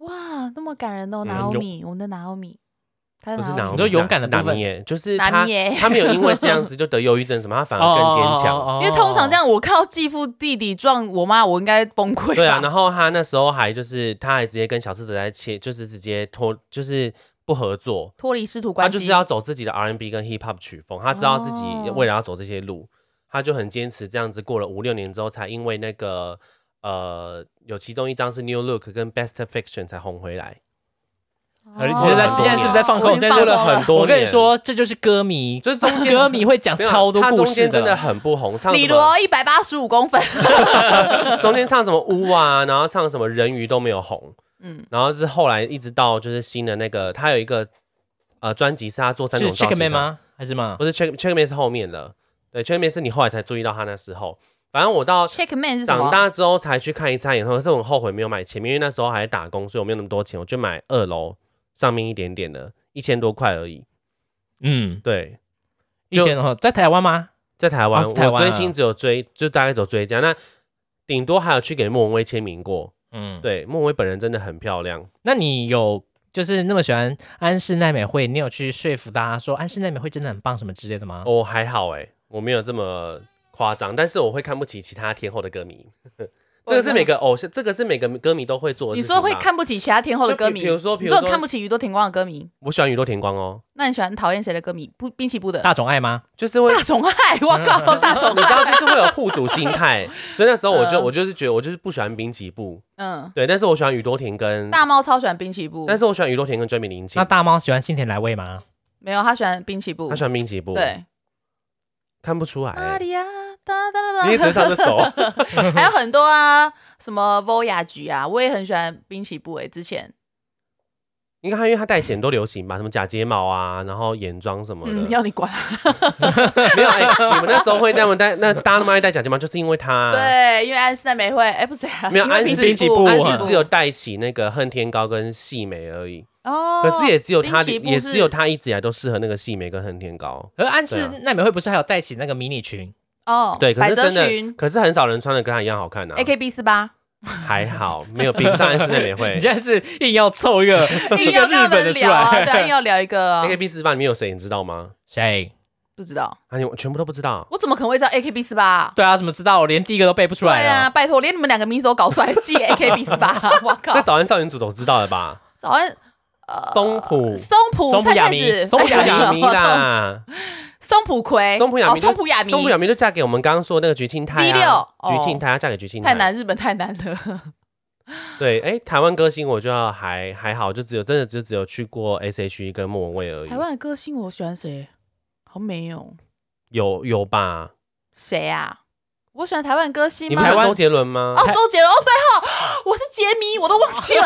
那么感人哦，Naomi，我们的 Naomi。 不是你说勇敢的部分， 就是他没有因为这样子就得忧郁症什么，他反而更坚强。 因为通常这样，我看到继父弟弟撞我妈，我应该崩溃。 对啊，然后他那时候还就是他还直接跟小狮子在就是直接就是不合作， 脱离师徒关系。 他就是要走自己的 R&B 跟 Hip Hop 曲风，他知道自己为了要走这些路，他就很坚持这样子。过了5-6年之后，才因为那个有其中一张是 New Look 跟 Best Fiction 才红回来。 你现在是不是在放空？ 过了很多年。 我跟你说，这就是歌迷， 就是中间歌迷会讲超多故事的。 他中间真的很不红，唱李罗185公分， 中间唱什么屋啊，然后唱什么人鱼都没有红。然后是后来一直到就是新的那个，他有一个专辑是他做3种造型。 是 Checkmate 吗？还是吗？ 不是 Checkmate 是后面的，对 Checkmate 是你后来才注意到他那时候。反正我到长大之后才去看一次演唱会，可是我很后悔没有买前面，因为那时候还在打工，所以我没有那么多钱，我就买2楼。上面一点点的1000多块而已。对 ，1000多，在台湾吗？ 在台湾，我追星只有追，就大概只有追这样。那顶多还有去给莫文蔚签名过。对，莫文蔚本人真的很漂亮。 那你有就是那么喜欢安室奈美惠，你有去说服大家说安室奈美惠真的很棒什么之类的吗？ 我还好我没有这么夸张，但是我会看不起其他天后的歌迷。这个是每个这个是每个歌迷都会做的事情。 你说会看不起其他天后的歌迷， 比如说看不起宇多田光的歌迷。 我喜欢宇多田光哦。 那你喜欢讨厌谁的歌迷？滨崎步的大冢爱吗？ 就是会大冢爱，我靠，大冢爱， 你知道就是会有护主心态，所以那时候我就是觉得我就是不喜欢滨崎步，对，但是我喜欢宇多田跟大猫超喜欢滨崎步， 但是我喜欢宇多田跟追名林檎。 那大猫喜欢新田来未吗？ 没有，他喜欢滨崎步， 他喜欢滨崎步， 对， 看不出来， 你也只是唱这首， 还有很多啊。什么 Voyage 局啊，我也很喜欢滨崎步之前。 应该因为他戴起很多流行吧，什么假睫毛啊，然后眼妆什么的。 要你管。 没有你们那时候会那么戴，那大家那么爱戴假睫毛，就是因为他。 对，因为安室奈美惠，不是没有安室滨崎步， 安室只有戴起那个恨天高跟细眉而已。可是也只有他一直以来都适合那个细眉跟恨天高。 而安室奈美惠不是还有戴起那个迷你裙？ 对，可是真的，可是很少人穿的跟他一样好看啊。 AKB48 还好，没有比不上安室奈美惠。 你现在是硬要凑一个日本的出来， 对，硬要聊一个。 AKB48里面有谁你知道吗？ 谁？ 不知道啊？你全部都不知道？ 我怎么可能会知道 AKB48？ 对啊，怎么知道？我连第一个都背不出来。 对啊，拜托，连你们2个名字都搞出来记 AKB48，我靠！ 那早安少年组总知道了吧？ 早安松浦亚弥，松浦亚弥啦。 松浦葵， 松浦亚弥就嫁给我们刚刚说那个菊庆太啊，菊庆太，她嫁给菊庆太， 太难，日本太难了。 对，台湾歌星我就要还好，就只有去过 S.H.E 跟莫文蔚而已。 台湾的歌星我喜欢谁？好没有， 有吧？ 谁啊？我喜欢台湾的歌星吗？ 你不喜欢周杰伦吗？ 周杰伦，对我是杰迷，我都忘记了。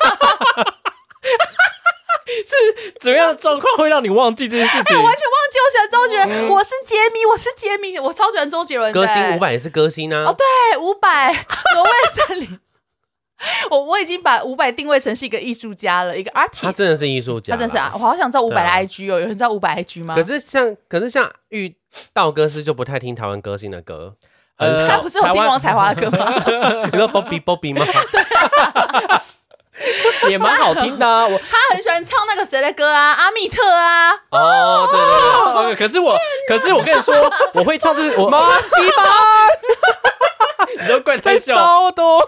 是怎么样的状况会让你忘记这件事情？ 我完全忘记我喜欢周杰伦，我是杰迷，我超喜欢周杰伦的。 歌星500也是歌星啊。 对，500挪威森林。我已经把伍佰定位成是一个艺术家了，一个 artist。他真的是艺术家， 他真的是我好想知道伍佰的 IG 哦，有人知道伍佰 IG 吗？ 可是像遇到歌是就不太听台湾歌星的歌。 他不是有听王彩华的歌吗？ 你说 Bobby 吗？ 也蛮好听的啊， 他很喜欢唱那个谁的歌啊，阿密特啊。 对。 可是我跟你说，我会唱这我马西巴。 你说怪太笑， 超多。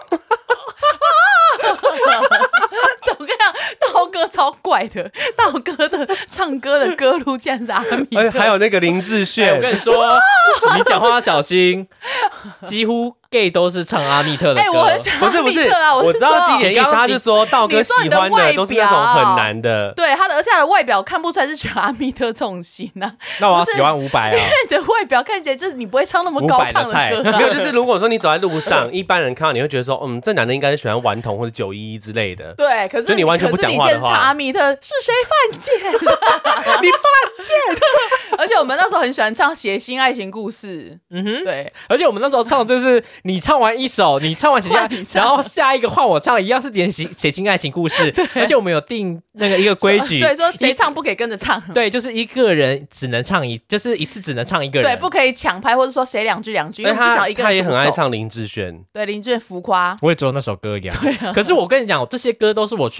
我跟你讲，道哥超怪的，道哥的唱歌的歌路竟然是阿密特， 还有那个林志炫。 我跟你说，你讲话要小心，几乎 gay 都是唱阿密特的歌。 我很喜欢阿密特啊， 我知道基点意思，他是说道哥喜欢的都是那种很难的。 对，而且他的外表看不出来是喜欢阿密特这种型啊。 那我要喜欢伍佰啊， 因为你的外表看起来就是你不会唱那么高亢的歌。 没有，就是如果说你走在路上，一般人看到你会觉得说，这男的应该是喜欢顽童或者911之类的。 对，可是你完全不讲话的话， 唱阿密特是谁犯贱？ 你犯贱！ 而且我们那时候很喜欢唱《谐星爱情故事》。对。 而且我们那时候唱就是你唱完一首，你唱完然后下一个换我唱，一样是点写新爱情故事。而且我们有定那个一个规矩， 对，说谁唱不可以跟着唱。 对，就是一个人只能唱就是一次只能唱一个人。 对，不可以抢拍，或者说谁两句，因为至少一个人。 他也很爱唱林志炫。 对，林志炫浮夸。 我也只有那首歌一样。对啊。可是我跟你讲，这些歌都是我去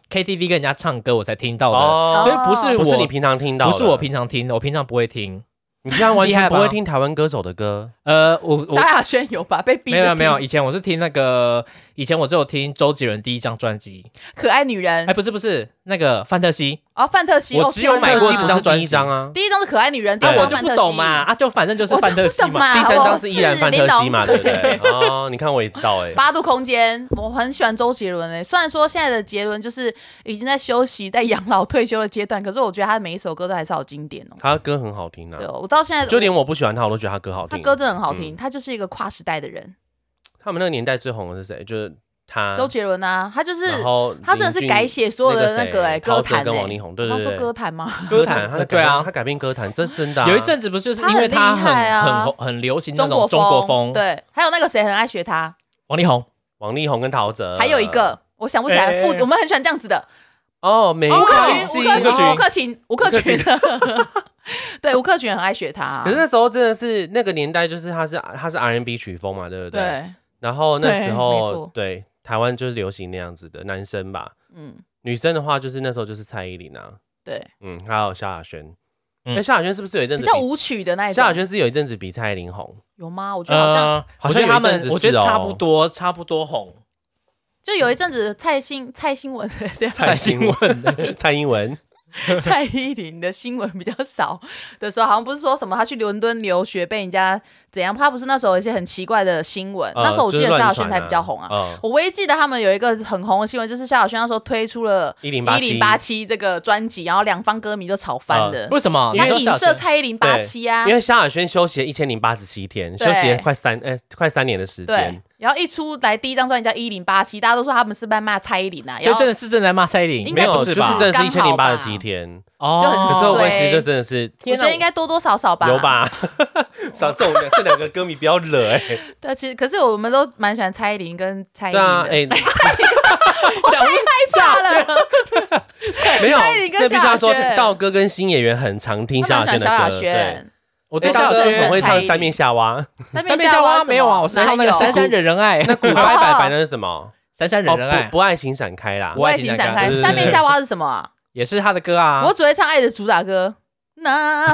KTV 跟人家唱歌我才听到的，所以不是你平常听到的， 不是我平常听的，我平常不会听。 你平常完全不会听台湾歌手的歌？ 萧亚轩有吧？被逼的。 没有，以前我是听那个，以前我只有听周杰伦第一张专辑《 可爱女人》。 不是那个范特西。 范特西， 我只有买过这张专辑啊。 第一张是可爱女人， 我就不懂嘛，就反正就是范特西嘛。 第3张是依然范特西嘛，对不对？你看我也知道 8度空间，我很喜欢周杰伦虽然说现在的杰伦就是已经在休息，在养老退休的阶段，可是我觉得他每一首歌都还是好经典他的歌很好听啊。 对，我到现在就连我不喜欢他，我都觉得他歌好听。 他歌真的很好听，他就是一个跨时代的人。 他们那个年代最红的是谁？就是他周杰伦啊，他就是他真的是改写所有的那个歌坛跟王力宏，对对对， 说歌坛吗？ 歌坛，对啊，他改变歌坛，这真的。 有一阵子不就是因为他很流行那种中国风， 对，还有那个谁很爱学他， 王力宏跟陶喆， 还有一个我想不起来，我们很喜欢这样子的吴克群，对，吴克群很爱学他。 可是那时候真的是那个年代，就是他是 R&B 曲风嘛，对不对？ 对。 然后那时候对台湾就是流行那样子的男生吧，女生的话就是那时候就是蔡依林啊， 对， 还有萧亚轩。那萧亚轩是不是有一阵子比较舞曲的那一种？ 萧亚轩是有一阵子比蔡依林红， 有吗？我觉得好像他们，我觉得差不多红。 就有一阵子蔡英文蔡依林的新闻比较少的时候，好像不是说什么他去伦敦留学被人家怎样，他不是那时候有一些很奇怪的新闻，那时候我记得萧亚轩才比较红啊。我唯一记得他们有一个很红的新闻，就是萧亚轩那时候推出了1087这个专辑，然后两方歌迷都吵翻了。 为什么？ 他影射蔡依林87啊， 因为萧亚轩休息了1087天，休息了快3年的时间。 然后一出来第一张专辑叫1087，大家都说他们是在骂蔡依林啊， 所以真的是正在骂蔡依林， 没有， 就是真的是1087天就很衰。 可是我其实就真的是， 我觉得应该多多少少吧， 有吧？少这两个歌迷不要惹对，其实可是我们都蛮喜欢蔡依林跟蔡依林的。 对啊， 我太害怕了。 没有，这必须要说，道哥跟新演员很常听萧亚轩的歌。对。 我对道哥很会唱《三面夏娃》， 三面夏娃没有啊，我是唱那个《闪闪惹人爱》。 那古白白白那是什么？ 闪闪惹人爱， 不爱情闪开啦， 不爱情闪开。三面夏娃是什么啊？ 也是他的歌啊。 我只会唱《爱的主打歌》。那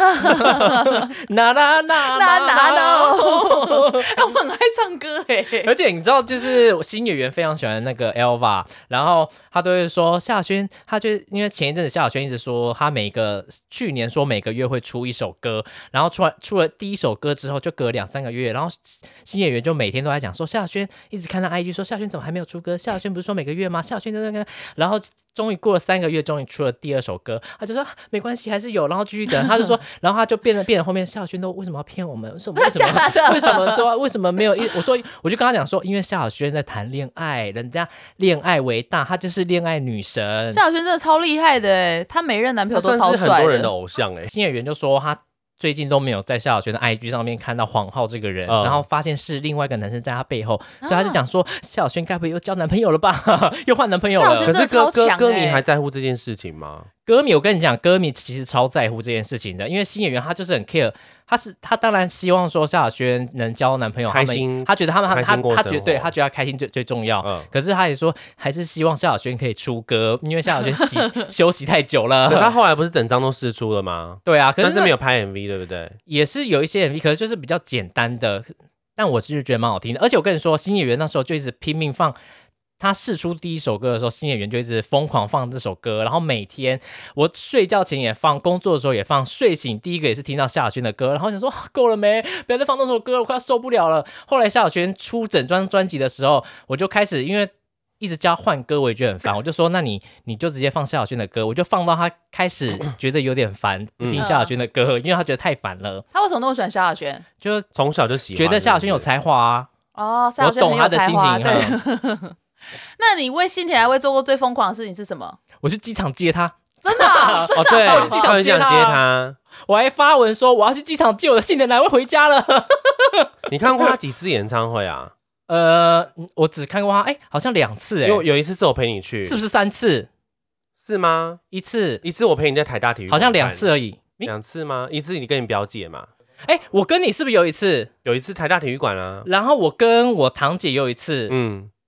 我很爱唱歌而且你知道，就是新演员非常喜欢那个 Elva， 然后他都会说萧亚轩，他就因为前一阵子萧亚轩一直说他去年说每个月会出一首歌，然后出了第一首歌之后就隔2-3个月，然后新演员就每天都在讲说萧亚轩一直看到 IG 说萧亚轩怎么还没有出歌，萧亚轩不是说每个月吗？萧亚轩在那个，然后终于过了3个月，终于出了第2首歌，他就说没关系，还是有，然后继续等。他就说，然后他就变成后面萧亚轩都为什么要骗我们？为什么为什么没有？我就跟他讲说，因为萧亚轩在谈恋爱，人家恋爱为大，她就是恋爱女神。 萧亚轩真的超厉害的她每任男朋友都超帅的， 算是很多人的偶像新演员就说他最近都没有在萧亚轩的 IG 上面看到黄浩这个人，然后发现是另外一个男生在他背后，所以他就讲说萧亚轩该不会又交男朋友了吧？又换男朋友了。 可是歌迷还在乎这件事情吗？ 歌迷，我跟你讲，歌迷其实超在乎这件事情的，因为新演员他就是很 care， 他当然希望说萧亚轩能交男朋友，他觉得他觉得他开心最重要。可是他也说还是希望萧亚轩可以出歌，因为萧亚轩休息太久了。 可是他后来不是整张都释出了吗？ 对啊，可是没有拍 MV， 对不对？ 也是有一些 MV， 可是就是比较简单的，但我就是觉得蛮好听的。而且我跟你说，新演员那时候就一直拼命放。他释出第1首歌的时候，新演员就一直疯狂放这首歌，然后每天我睡觉前也放，工作的时候也放，睡醒第一个也是听到萧亚轩的歌，然后想说够了没？不要再放那首歌了，我快要受不了了。后来萧亚轩出整张专辑的时候，我就开始因为一直叫换歌，我也觉得很烦，我就说那你就直接放萧亚轩的歌，我就放到他开始觉得有点烦，不听萧亚轩的歌，因为他觉得太烦了。 他为什么那么喜欢萧亚轩？ 就从小就喜欢， 觉得萧亚轩有才华啊。 萧亚轩很有才华， 我懂他的心情。那你为新田来未做过最疯狂的事情是什么？ 我去机场接他。 真的啊？ 哦，对，我去机场接他， 我还发文说我要去机场接我的新田来未回家了。 你看过他几次演唱会啊？ 我只看过他，好像2次， 有一次是我陪你去， 是不是3次？ 是吗？ 一次我陪你在台大体育馆， 好像2次而已。 2次吗？一次你跟你表姐嘛？ 我跟你是不是有一次？ 有一次台大体育馆啊。 然后我跟我堂姐有一次，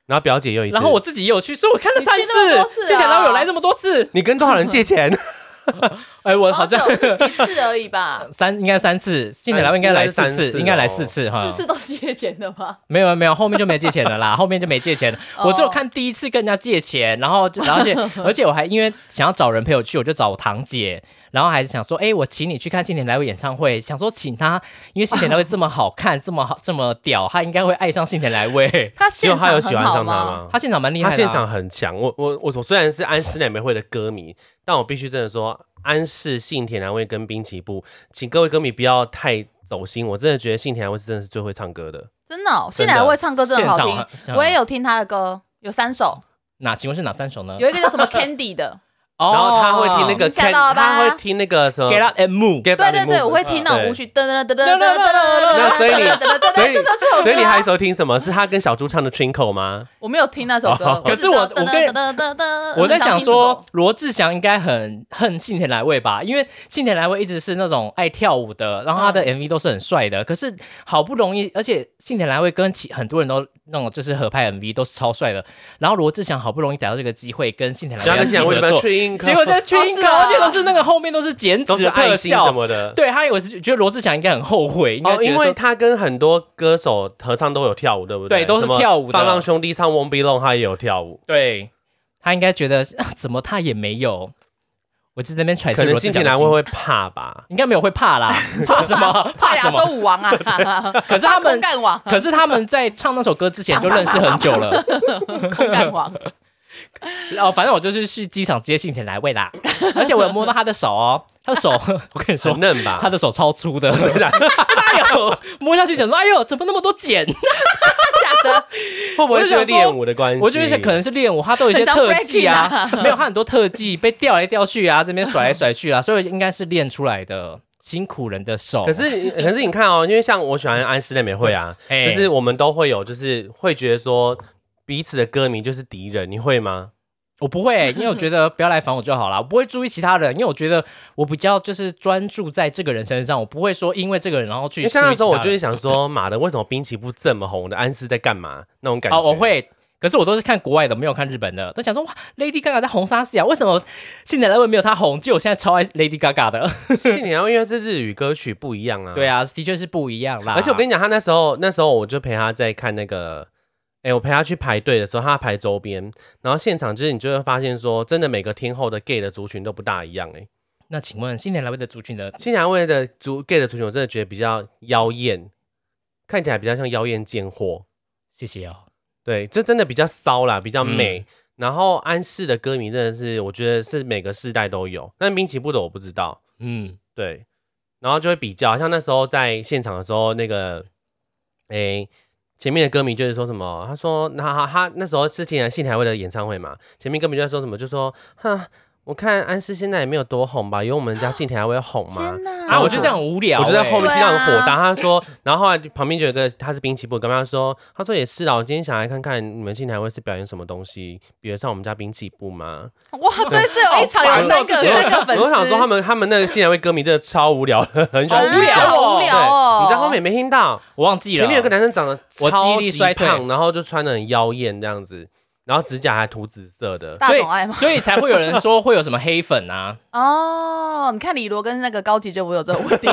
然后表姐又一次， 然后我自己也有去，所以我看了3次。信田来未有来这么多次， 你跟多少人借钱？ 我好像 1次而已吧， 应该3次，信田来未应该来4次，应该来4次哈。 4次都是借钱的吗？ 没有，后面就没借钱了啦，后面就没借钱了。我只有看第一次跟人家借钱，然后而且我还因为想要找人陪我去，我就找我堂姐。然后还是想说，我请你去看信田来未演唱会，想说请他，因为信田来未这么好看，这么屌，他应该会爱上信田来未。 他现场有喜欢上他吗？ 他现场蛮厉害的， 他现场很强。我虽然是安室奈美惠的歌迷，但我必须真的说，安室、信田来未跟滨崎步，请各位歌迷不要太走心。我真的觉得信田来未真的是最会唱歌的， 真的信田来未唱歌真的好听，我也有听他的歌，有3首。 请问是哪3首呢？ 有一个叫什么 Candy 的。 然后他会听那个，他会听那个什么 Get Up and Move， 对，我会听那种舞曲，噔。 那所以你还有时候听什么？是他跟小猪唱的 Twinkle 吗？ 我没有听那首歌， 可是我在想说，罗志祥应该很恨信田来未吧？因为信田来未一直是那种爱跳舞的，然后他的 MV 都是很帅的。可是好不容易，而且信田来未跟很多人都那种就是合拍 MV 都是超帅的，然后罗志祥好不容易逮到这个机会跟信田来未合作。结果在 Twinkle，而且都是那个后面都是剪纸的特效什么的。 对，我是觉得罗志祥应该很后悔，应该因为他跟很多歌手合唱都有跳舞，对不对？ 对，都是跳舞的。 放浪兄弟唱《Won't Be Long》，他也有跳舞。 对，他应该觉得怎么他也没有。我就在那边揣测， 可能信田来未会怕吧？ 应该没有会怕啦，怕什么？ 怕亚洲舞王啊！ 可是他们空干王， 可是他们在唱那首歌之前就认识很久了。 空干王。 反正我就是去机场接信田来未啦，而且我有摸到他的手哦，他的手我跟你说很嫩吧， 他的手超粗的，摸下去想说，哎呦，怎么那么多茧？ 假的？ 会不会是练舞的关系？ 我觉得可能是练舞，他都有一些特技啊，没有他很多特技被吊来吊去啊，这边甩来甩去啊，所以应该是练出来的。辛苦人的手。 可是你看哦，因为像我喜欢安室奈美惠啊，就是我们都会有，就是会觉得说彼此的歌迷就是敌人，你会吗？ 我不会，因为我觉得不要来烦我就好了，我不会注意其他人，因为我觉得我比较就是专注在这个人身上，我不会说因为这个人然后去注意其他人。 像那时候我就会想说，妈的，为什么滨崎步这么红的，安室在干嘛？那种感觉。 我会，可是我都是看国外的，没有看日本的，都想说哇 ，Lady Gaga 在红啥事啊？为什么信田来未没有她红？结果我现在超爱 Lady Gaga 的。 信田来未因为是日语歌曲不一样啊。 对啊，的确是不一样啦。 而且我跟你讲，他那时候我就陪他在看那个。我陪他去排队的时候，他排周边，然后现场就是你就会发现说，真的每个天后的 gay 的族群都不大一样那请问信田来未的族群的信田来未的gay 的族群，我真的觉得比较妖艳，看起来比较像妖艳贱货。 谢谢哦。 对，就真的比较骚啦，比较美。然后安室的歌迷真的是，我觉得是每个世代都有，但滨崎步的我不知道。对，然后就会比较，像那时候在现场的时候，那个前面的歌迷就是说什么？他说，他那时候是信田来未的演唱会嘛，前面歌迷就在说什么？就说，我看安室现在也没有多红吧，有我们家信田来未红吗？ 我觉得这样很无聊。 我就在后面听到很火大，他说，然后后来旁边就有一个他是滨崎步，跟他说也是啦，我今天想来看看你们信田来未是表演什么东西，比得上我们家滨崎步吗？ 哇，真是有一场有三个粉丝。 我想说他们那个信田来未歌迷真的超无聊的，很喜欢无聊哦。 你在后面没听到？ 我忘记了。 前面有个男生长得超级衰胖，然后就穿得很妖艳这样子。然后指甲还涂紫色的， 所以才会有人说会有什么黑粉啊？ 哦，你看李罗跟那个高级就不会有这个问题。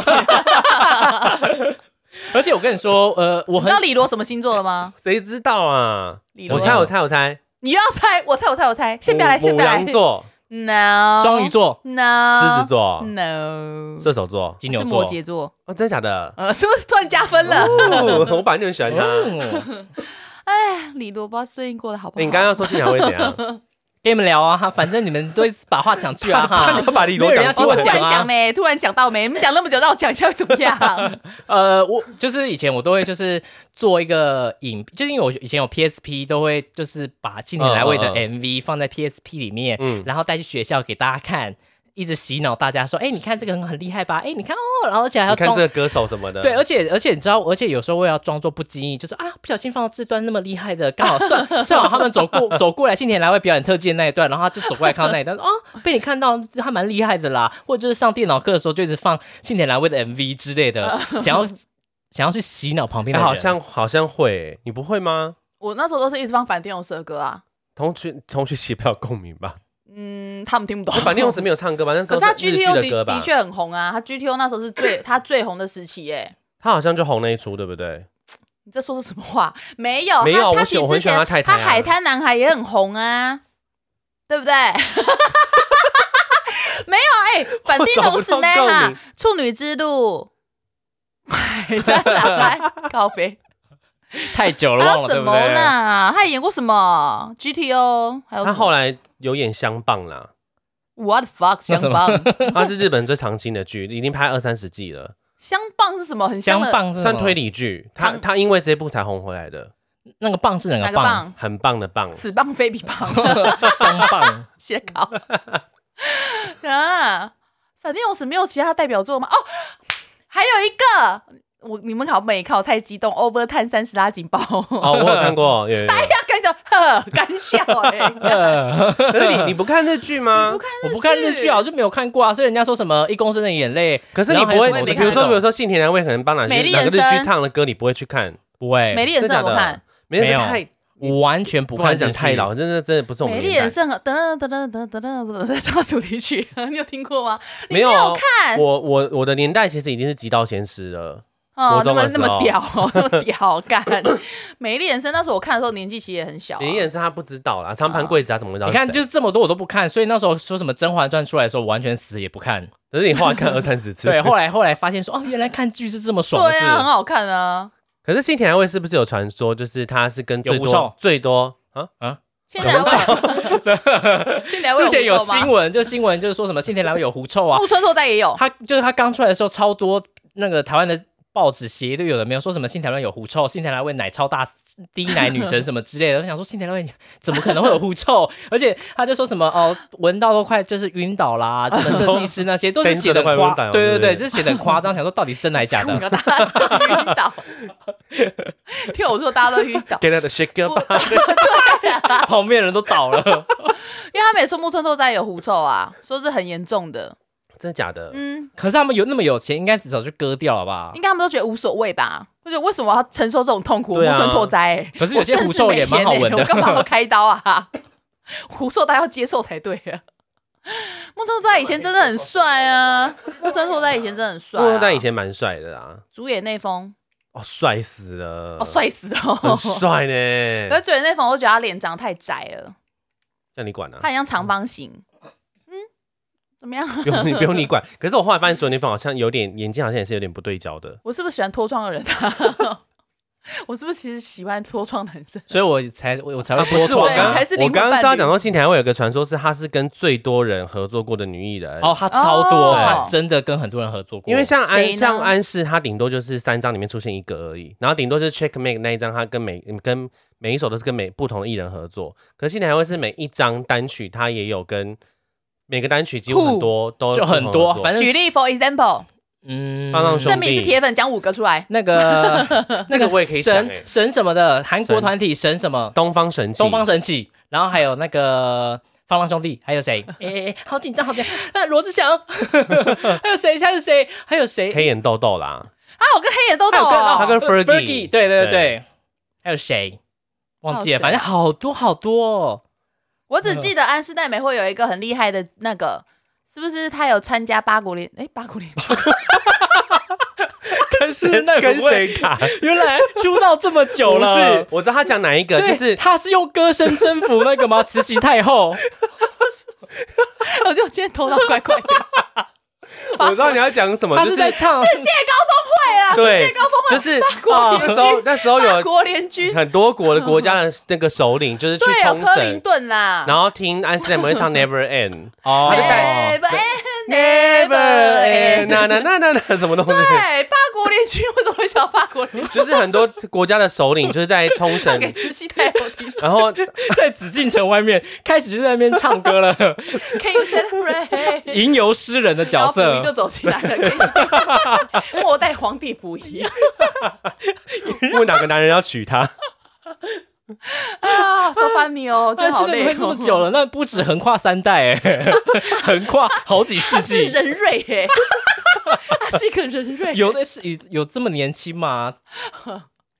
而且我跟你说， 你知道李罗什么星座的吗？ 谁知道啊？我猜。 你要猜，我猜。先不要来， 牡羊座 ，No。 双鱼座 ，No。 狮子座 ，No。 射手座， 金牛座， 是摩羯座。 哦，真的假的？ 是不是突然加分了？ 我本来就很喜欢他。 哎，李罗不知道最近过得好不好？ 你刚刚说信田来未怎样？ 跟你们聊啊，反正你们都把话讲去啊， 他就把李罗讲出来。 突然讲到没？你们讲那么久，让我讲一下会怎么样？ 我就是以前我都会就是做一个就是因为我以前有 PSP， 都会就是把信田来未的 MV 放在 PSP 里面，然后带去学校给大家看。一直洗脑大家说，你看这个很厉害吧？你看哦，然后而且还要看这个歌手什么的。 对，而且你知道，而且有时候我也要装作不经意，就是不小心放到这段那么厉害的，刚好算好他们走过来信田来未表演特技的那一段，然后他就走过来看到那一段，被你看到他蛮厉害的啦，或者就是上电脑课的时候就一直放信田来未的 MV 之类的，想要去洗脑旁边的人。 好像会，你不会吗？ 我那时候都是一直放反町隆史的歌啊。 同学起不了共鸣吧？ 他们听不懂。 反町隆史没有唱歌吧？那时候可是他日剧 GTO 的歌吧， 的确很红啊。他 GTO 那时候是他最红的时期耶。 他好像就红那一出，对不对？ 你这说是什么话？没有， 没有， 他我很喜欢他太太、 他海滩男孩也很红啊，对不对？没有反町隆史呢哈，处女之路，海滩男孩，靠北， 太久了，忘了对不对？ 还有什么啦？他演过什么 GTO？ 还有他后来有演相棒啦。 What the fuck？ 相棒， 他是日本最长青的剧，已经拍20-30季了。 相棒是什么？很相棒是算推理剧，他因为这部才红回来的。 那个棒是哪个棒？ 很棒的棒， 此棒非彼棒， 相棒。 写稿啊！反町隆史没有其他代表作吗？哦，还有一个，你们好没看？我太激动 ，Overtime 30拉警报。 哦，我有看过，有。 哎呀，干笑可是你不看日剧吗？ 我不看日剧啊，我就没有看过啊。所以人家说什么1公升的眼泪， 可是你不会，比如说信田良未可能帮哪个日剧唱的歌，你不会去看？ 不会。 美丽人生我看， 没有太。 我完全不看， 讲太老，真的不是我们美丽人生在唱主题曲，你有听过吗？ 没有看。 我的年代其实已经是极道鲜师了。 哦，那么屌，那么屌干！美丽人生那时候我看的时候年纪其实也很小。 美丽人生他不知道啦，长盘贵子他怎么知道？ 你看，就是这么多我都不看，所以那时候说什么《甄嬛传》出来的时候，我完全死也不看。 可是你后来看20-30次， 对，后来发现说，哦，原来看剧是这么爽的事， 对啊，很好看啊。 可是信田良未是不是有传说，就是他是跟最多信田良未， 之前有新闻，就是说什么信田良未有狐臭啊， 木村拓哉也有， 他刚出来的时候超多那个台湾的报纸写都有的没有说什么信田良未有狐臭，信田良未奶超大低奶女神什么之类的。我想说信田良未怎么可能会有狐臭？而且他就说什么闻到都快就是晕倒啦，什么设计师那些都是写的夸，对，就是写的夸张，想说到底是真的还是假的？ 大家就晕倒，听我说大家都晕倒， 给他的 shake up， 旁边人都倒了， 因为他们也说木村拓哉有狐臭啊，说是很严重的。 真的假的？ 可是他们那么有钱，应该至少就割掉了吧？ 应该他们都觉得无所谓吧？或者为什么要承受这种痛苦？木村拓哉， 可是有些狐臭也蛮好闻的， 我干嘛要开刀啊？狐臭他要接受才对啊。木村拓哉以前真的很帅啊！木村拓哉以前真的很帅， 木村拓哉以前蛮帅的啦。 主演内丰帅死了！ 帅死了， 很帅呢。 可是主演内丰，我觉得他脸长太窄了， 叫你管啊？ 他很像长方形。怎么样？ 不用你管。可是我后来发现，主演内丰好像有点眼睛，好像也是有点不对焦的。 我是不是喜欢脱窗的人啊？我是不是其实喜欢脱窗男生？ 所以我才会脱窗。 我刚刚讲说，信田良未有个传说是，他是跟最多人合作过的女艺人。 他超多，他真的跟很多人合作过。 因为像安室，他顶多就是3张里面出现一个而已，然后顶多是 Checkmate 那一张，他跟每一首都是跟不同的艺人合作。可是信田良未是每一张单曲，他也有跟每个单曲几乎很多都就很多。反正举例 ，for example。证明是铁粉，讲5个出来。 那个我也可以讲神什么的，韩国团体神什么， 东方神起， 然后还有那个方浪兄弟，还有谁？好紧张，好紧张。罗志祥，还有谁？还有谁？ 黑眼豆豆啦。 我跟黑眼豆豆， 他跟 Fergie， 对，还有谁？忘记了，反正好多好多。 我只记得安室奈美惠有一个很厉害的那个。是不是他有参加八国联军？ 跟谁打？ 原来出道这么久了。 不是，我知道他讲哪一个，就是他是用歌声征服那个吗？慈禧太后。 我就今天头脑怪怪的。 我知道你要讲什么， 他是在唱世界高峰会啊！ 对， 世界高峰会就是八国联军， 那时候有国联军， 很多国家的那个首领，就是去冲绳，克林顿啦， 然后听安室奈美惠唱 Never End， Never End， 那什么东西？ 对，八国联军为什么会叫八国联军？ 就是很多国家的首领就是在冲绳给慈禧太后听， 然后在紫禁城外面开始就在那边唱歌了。 King celebrate， 吟游诗人的角色， 然后溥仪就走进来了，末代皇帝溥仪。 问哪个男人要娶她？ so funny 哦，真好累， 这么久了，那不止横跨3代横跨好几世纪。 他是人瑞他是一个人瑞， 有这么年轻吗？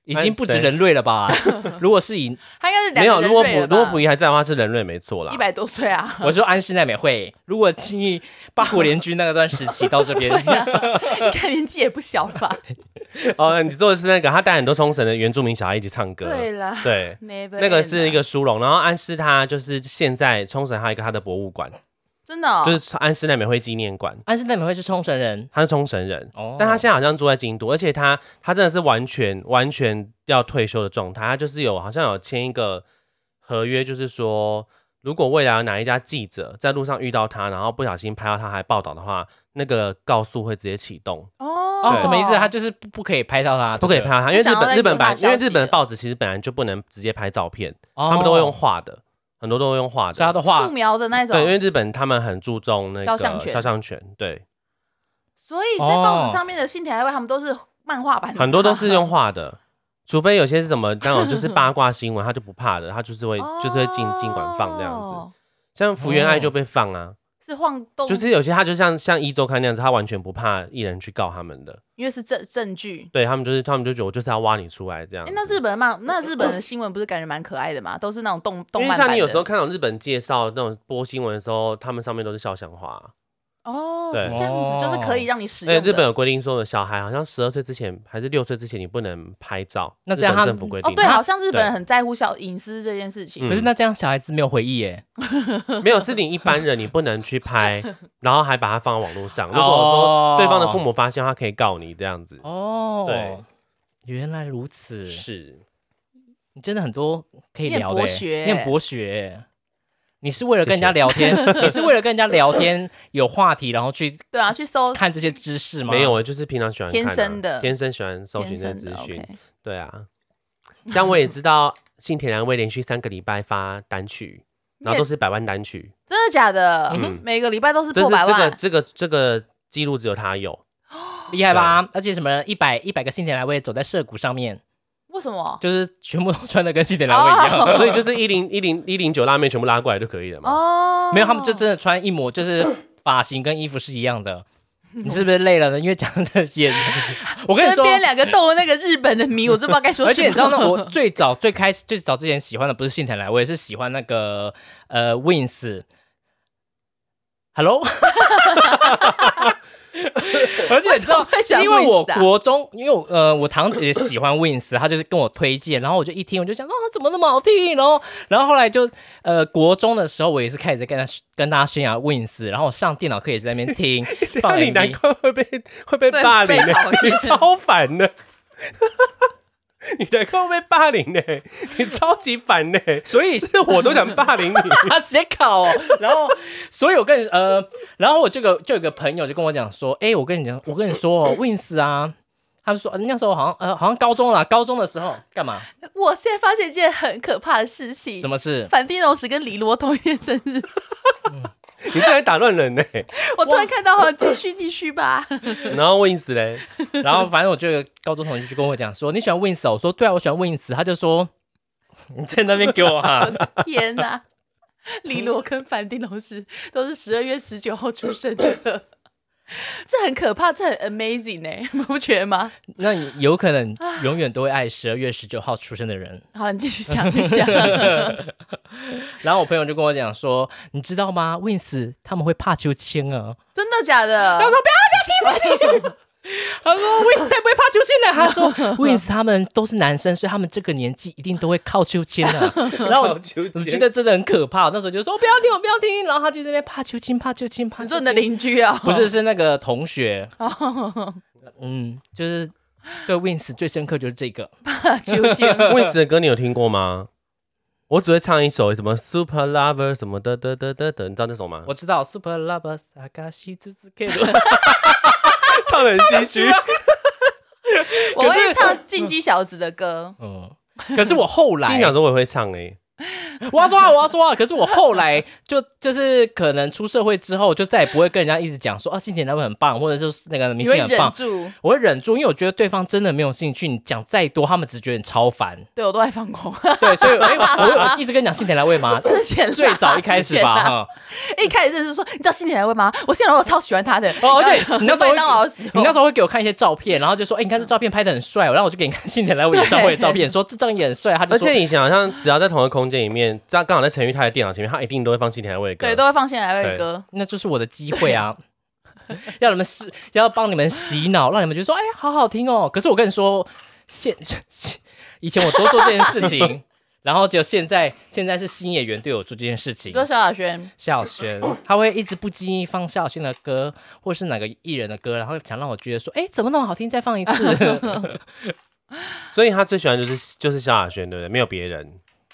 已经不止人类了吧？如果是以他应该是没有， 2个人类了吧， 如果溥仪还在的话是人类没错啦 100多岁啊。 我说安室奈美惠，如果经历八国联军那段时期到这边， 你看年纪也不小了吧？ 哦，你做的是那个，他带很多冲绳的原住民小孩一起唱歌。 对了， 对，那个是一个殊荣。然后安室他就是现在冲绳还有一个他的博物馆， 真的就是安室奈美惠纪念馆。 安室奈美惠是冲绳人， 他是冲绳人，但他现在好像住在京都，而且他真的是完全要退休的状态。他就是好像有签一个合约，就是说，如果未来哪一家记者在路上遇到他，然后不小心拍到他还报道的话，那个告诉会直接启动。 什么意思？他就是不可以拍到他， 不可以拍到他，因为日本的报纸其实本来就不能直接拍照片，他们都会用画的，很多都会用画的， 所以他的画素描的那种。 对，因为日本他们很注重那个肖像权，对。 所以在报纸上面的信田来未他们都是漫画版的， 很多都是用画的，除非有些是什么那种就是八卦新闻，他就不怕的，他就是会尽管放这样子。像福原爱就被放啊。 是晃动， 就是有些他就像一周刊那样子，他完全不怕艺人去告他们的， 因为是证据。 对他们就觉得我就是要挖你出来这样。 那日本的新闻不是感觉蛮可爱的嘛？都是那种动漫版的。 因为像你有时候看到日本介绍那种播新闻的时候，他们上面都是肖像画。 是这样子，就是可以让你使用的。 日本有规定说，小孩好像12岁之前还是6岁之前，你不能拍照。 那这样他政府规定对，好像日本人很在乎隐私这件事情。 可是那这样小孩子没有回忆耶？ 没有，是你一般人你不能去拍，然后还把它放在网络上。如果说对方的父母发现，他可以告你这样子。 对，原来如此。 是， 你真的很多可以聊的， 你很博学。你是为了跟人家聊天，你是为了跟人家聊天有话题，然后去去搜看这些知识吗？ 没有，就是平常喜欢看天生喜欢搜寻这资讯。对啊，像我也知道信田来未连续3个礼拜发单曲，然后都是100万单曲， 真的假的？每个礼拜都是破100万， 这个记录只有他有， 厉害吧？而且什么100个信田来未走在涉谷上面。 为什么？ 就是全部都穿的跟信田来未一样， 所以就是109辣妹全部拉过来就可以了嘛。 没有，他们就真的穿一模，就是发型跟衣服是一样的。你是不是累了呢？因为讲的也，我跟你说， 身边2个逗那个日本的迷，我真不知道该说什么。 而且你知道呢，我最早之前喜欢的不是信田来未，是喜欢那个Wins。Hello。而且你知道，因为我国中，因为我堂姐喜欢 Wins， 她就是跟我推荐，然后我就一听，我就想说怎么那么好听，然后后来就国中的时候，我也是开始跟大家宣扬 Wins， 然后我上电脑课也是在那边听，放 MV， 你难怪会被霸凌的，你超烦的。你的课被霸凌呢，你超级烦呢，所以是我都想霸凌你。 他直接考然后，所以我然后我就有个朋友就跟我讲说，我跟你说Wins 啊，他就说那时候好像高中的时候干嘛？ 我现在发现一件很可怕的事情， 什么事？ 反町隆史跟李罗同一天生日。 你这还打乱人呢！ 我突然看到，继续吧。 然后 Wins 嘞， 然后反正我就有个高中同学就跟我讲说，你喜欢 Wins？ 我说对啊，我喜欢 Wins。他就说你在那边给我哈！ 天哪，李罗跟反町隆史都是12月19号出生的。这很可怕，这很 amazing 你不觉得吗？ 那你有可能永远都会爱12月19号出生的人。 好，你继续想。 然后我朋友就跟我讲说，你知道吗 ？Wins 他们会怕秋千啊！ 真的假的？ 他说不要听。他说 Wins 才不会怕秋千呢。他说 Wins 他们都是男生，所以他们这个年纪一定都会靠秋千啊。然后我觉得真的很可怕。那时候就说不要听，然后他就在那边怕秋千。 你说你的邻居啊？ 不是，是那个同学。就是对 Wins 最深刻就是这个怕秋千。 Wins 的歌你有听过吗？我只会唱一首什么 Super Lover 什么的，你知道那首吗？ 我知道 Super Lover 萨卡西兹兹 K。 唱得很唏嘘。 我会唱进击小子的歌。 可是我后来进击小子我也会唱我要说啊。可是我后来就是可能出社会之后，就再也不会跟人家一直讲说啊，新田来未很棒，或者是那个明星很棒。我会忍住，因为我觉得对方真的没有兴趣，你讲再多，他们只觉得你超烦。 对我都在放空。 对，所以我一直跟你讲新田来未吗？ 之前最早一开始吧，哈， 一开始认识说，你知道新田来未吗？我新田来未我超喜欢他的。 而且你那时候会给我看一些照片，然后就说，你看这照片拍得很帅，然后我就给你看新田来未演唱会的照片，说这张也很帅。他就说， 而且以前好像只要在同一个空间里面，刚好在陈玉泰的电脑前面，他一定都会放新田来未的歌。 对，都会放新田来未的歌。 那就是我的机会啊，要帮你们洗脑，让你们觉得说，好好听哦。可是我跟你说，以前我多做这件事情。然后只有现在是新演员对我做这件事情。 说萧亚轩， 他会一直不经意放萧亚轩的歌，或是哪个艺人的歌，然后想让我觉得说，怎么那么好听，再放一次。 所以他最喜欢就是萧亚轩，对不对？没有别人。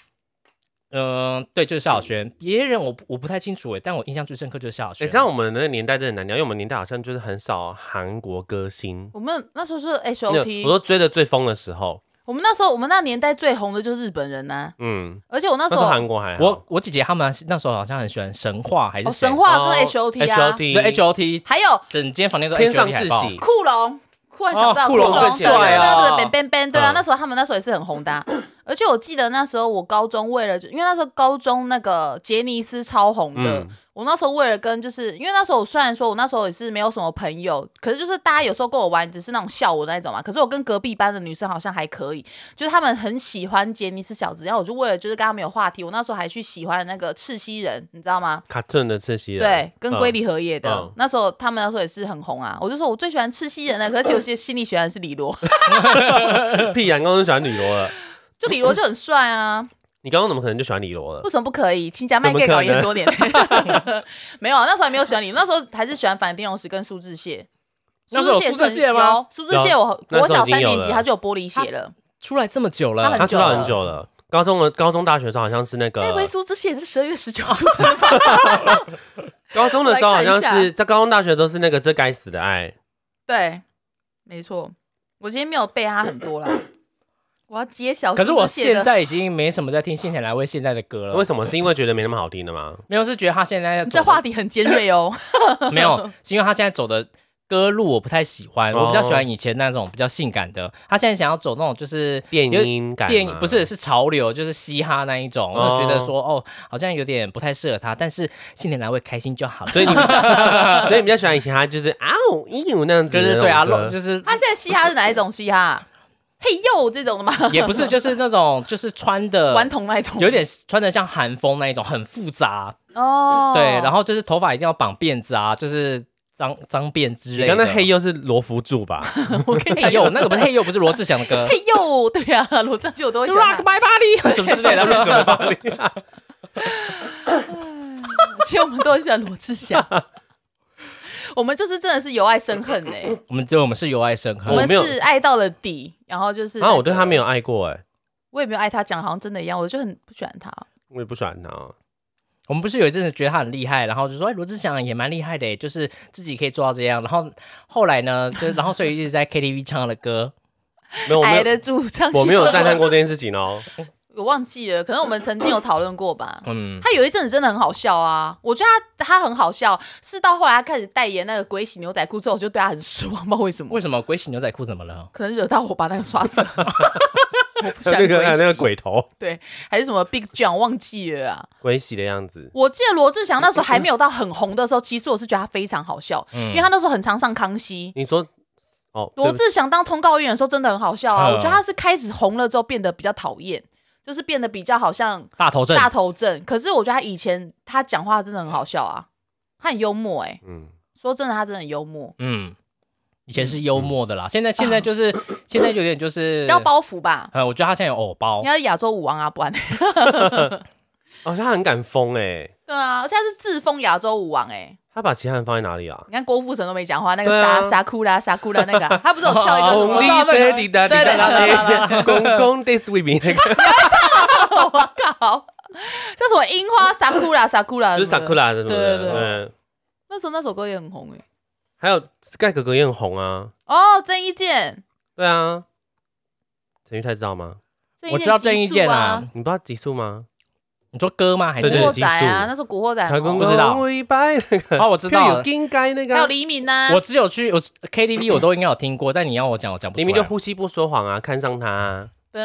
对，就是萧亚轩。别人我不太清楚但我印象最深刻就是萧亚轩。 像我们的年代真的难聊，因为我们年代好像就是很少韩国歌星。 我们那时候是 H.O.T， 我说追的最疯的时候。 我们那年代最红的就是日本人呐，而且我那时候韩国还好， 我姐姐他们那时候好像很喜欢神话还是神话跟 H.O.T 啊， 对 H.O.T， 还有整间房间都天上窒息， 酷龙，忽然想到酷龙对对， 对啊，那时候他们那时候也是很红的，而且我记得那时候我高中因为那时候高中那个杰尼斯超红的。我那时候为了跟因为那时候我虽然说我那时候也是没有什么朋友，可是就是大家有时候跟我玩只是那种笑我那种嘛，可是我跟隔壁班的女生好像还可以，就是他们很喜欢杰尼斯小子，然后我就为了就是跟他们有话题，我那时候还去喜欢那个赤西仁，你知道吗？ 卡顿的赤西仁， 对，跟龟梨和也的，那时候他们那时候也是很红啊，我就说我最喜欢赤西仁的，可是有些心里喜欢的是李罗。 屁呀，你刚刚喜欢李罗了， 就李罗就很帅啊。 你刚刚怎么可能就喜欢李罗了？ 为什么不可以？亲家麦 gay 搞也很多年。没有，那时候还没有喜欢你，那时候还是喜欢反町隆史跟苏志燮。 苏志燮吗？ 苏志燮我小3年级他就有玻璃鞋了， 出来这么久了， 他出道很久了。高中大学的时候好像是那个。 那位苏志燮是12月19出生的吧？ 高中的时候好像是在高中大学的时候是那个这该死的爱。 对，没错。我今天没有背他很多啦。我要揭晓。 可是我现在已经没什么在听新田来未现在的歌了。 为什么？是因为觉得没那么好听的吗？ 没有，是觉得他现在这话题很尖锐哦。 没有，是因为他现在走的歌路我不太喜欢，我比较喜欢以前那种比较性感的。他现在想要走那种就是电音感， 不是潮流，就是嘻哈那一种。我就觉得说好像有点不太适合他。但是新田来未开心就好， 所以你比较喜欢以前他就是那样子， 就是对啊，就是他现在嘻哈是哪一种嘻哈？嘿呦这种的吗？ 也不是，就是那种就是穿的顽童那种， 有点穿的像韩风那一种，很复杂哦。 对，然后就是头发一定要绑辫子啊，就是脏辫之类的。 你刚才嘿呦是罗福柱吧？ 我跟你讲，嘿呦那个不是嘿呦，不是罗志祥的歌。 嘿呦，对啊，罗志祥我都会喜欢。 Rock my body 什么之类的 ，Rock my body。 其实我们都很喜欢罗志祥。我们就是真的是由爱生恨我们是由爱生恨， 我们是爱到了底，然后就是我对他没有爱过我也没有爱他，讲好像真的一样，我就很不喜欢他。 我也不喜欢他。 我们不是有一阵子觉得他很厉害，然后就说罗志祥也蛮厉害的就是自己可以做到这样，然后后来呢，然后所以一直在 KTV 唱的歌， 爱的主唱， 我没有赞叹过这件事情哦。 我忘记了，可能我们曾经有讨论过吧。他有一阵子真的很好笑啊，我觉得他很好笑，是到后来他开始代言那个鬼洗牛仔裤之后，我就对他很失望，不知道为什么。 为什么鬼洗牛仔裤怎么了？ 可能惹到我把那个刷死了。我不喜欢鬼洗那个鬼头， 对，还是什么 Big John 忘记了啊？ 鬼洗的样子。 我记得罗志祥那时候还没有到很红的时候，其实我是觉得他非常好笑，因为他那时候很常上康熙。 你说罗志祥当通告艺人的时候真的很好笑啊，我觉得他是开始红了之后变得比较讨厌。就是变得比较好像大头症， 可是我觉得他以前他讲话真的很好笑啊，他很幽默说真的他真的很幽默， 以前是幽默的啦，现在就是现在有点就是比较包袱吧， 我觉得他现在有偶包， 应该是亚洲舞王啊，不然他很敢疯对啊，而且他是自封亚洲舞王他把其他人放在哪里啊？ 你看郭富城都没讲话，那个沙库拉那个，他不是有跳一个什么？ 对，公公 this with me 那个， 我靠，叫什么樱花沙库拉， 就是沙库拉的， 对，那首歌也很红还有 Sky 哥哥也很红啊。 郑伊健， 对啊，陈玉泰知道吗？ 我知道郑伊健啊， 你不知道极速吗？ 你说歌吗？还是古惑仔啊？那时候古惑仔不知道。哦，我知道， 应该那个还有黎明啊。 我只有去KTV 我都应该有听过，但你要我讲，我讲不出来。 黎明就呼吸不说谎啊，看上他。 不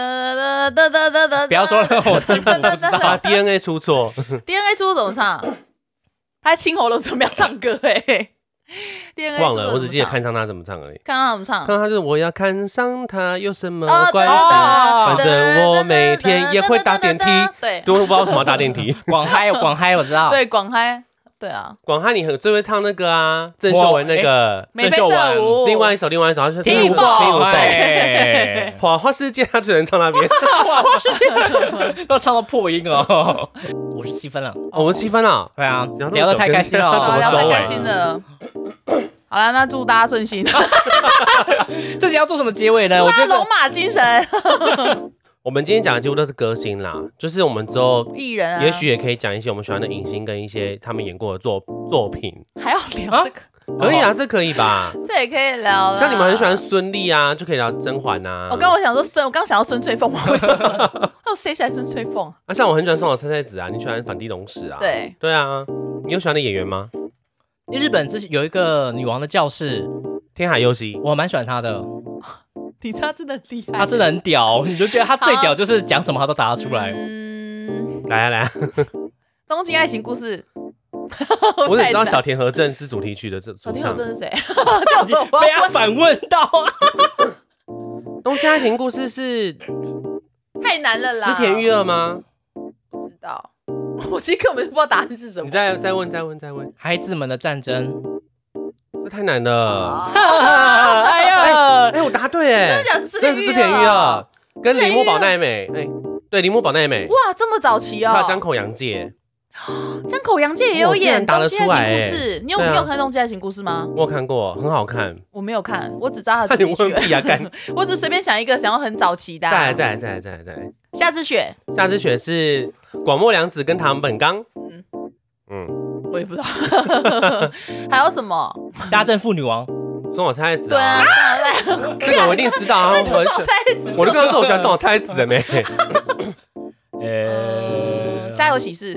要说了，我记不知道。 DNA 出错 ，DNA 出错怎么唱？他在青喉咙准备要唱歌忘了，我只记得看上他怎么唱而已。 看上他怎么唱？ 看上他就是我要看上他，有什么关系？反正我每天也会搭电梯。 对， 我不知道为什么要搭电梯。 广嗨我知道。 对，广嗨。对啊， 广汉你最会唱那个啊，郑秀文那个眉飞色舞， 另外一首，他是听舞凤， 花花世界他只能唱那边， 花花世界都唱到破音哦。我是7分了， 我是7分了， 对啊，聊得太开心了， 聊得太开心了。好了，那祝大家顺心。 这集要做什么结尾呢？ 祝大家龙马精神。 我们今天讲的几乎都是歌星啦，就是我们之后艺人， 也许也可以讲一些我们喜欢的影星跟一些他们演过的作品。 还要聊这个？ 可以啊，这可以吧？ 这也可以聊。 像你们很喜欢孙俪啊，就可以聊甄嬛啊。 我刚想说我刚想要孙翠凤嘛，为什么？有谁喜欢孙翠凤？ 啊，像我很喜欢松岛菜菜子啊，你喜欢反町隆史啊？对啊，你有喜欢的演员吗？ 日本之前有一个女王的教室， 天海佑希， 我蛮喜欢她的。 你他真的很厉害， 他真的很屌，你就觉得他最屌就是讲什么他都答得出来。 来啊！ 东京爱情故事， 我只知道小田和正是主题曲的主唱。 小田和正是谁？ 就被他反问到啊！ 东京爱情故事是太难了啦。 织田裕二吗？ 不知道，我其实根本不知道答案是什么。 你再问。 孩子们的战争。 这太难了！ 哎呀， 我答对哎，真的是织田裕二跟铃木保奈美，对，铃木保奈美， 哇，这么早期哦！ 还有江口洋介， 江口洋介也有演《 答得出来》故事，你有看《东京爱情故事》吗？ 我有看过，很好看。 我没有看，我只知道他的主题曲。我只随便想一个，想要很早期的。 再来。 夏之雪是广末凉子跟堂本刚。 我也不知道。还有什么？ 家政妇女王， 松岛菜菜子。 对啊， 这个我一定知道啊！我就跟他说我喜欢松岛菜菜子的没。 家有喜事。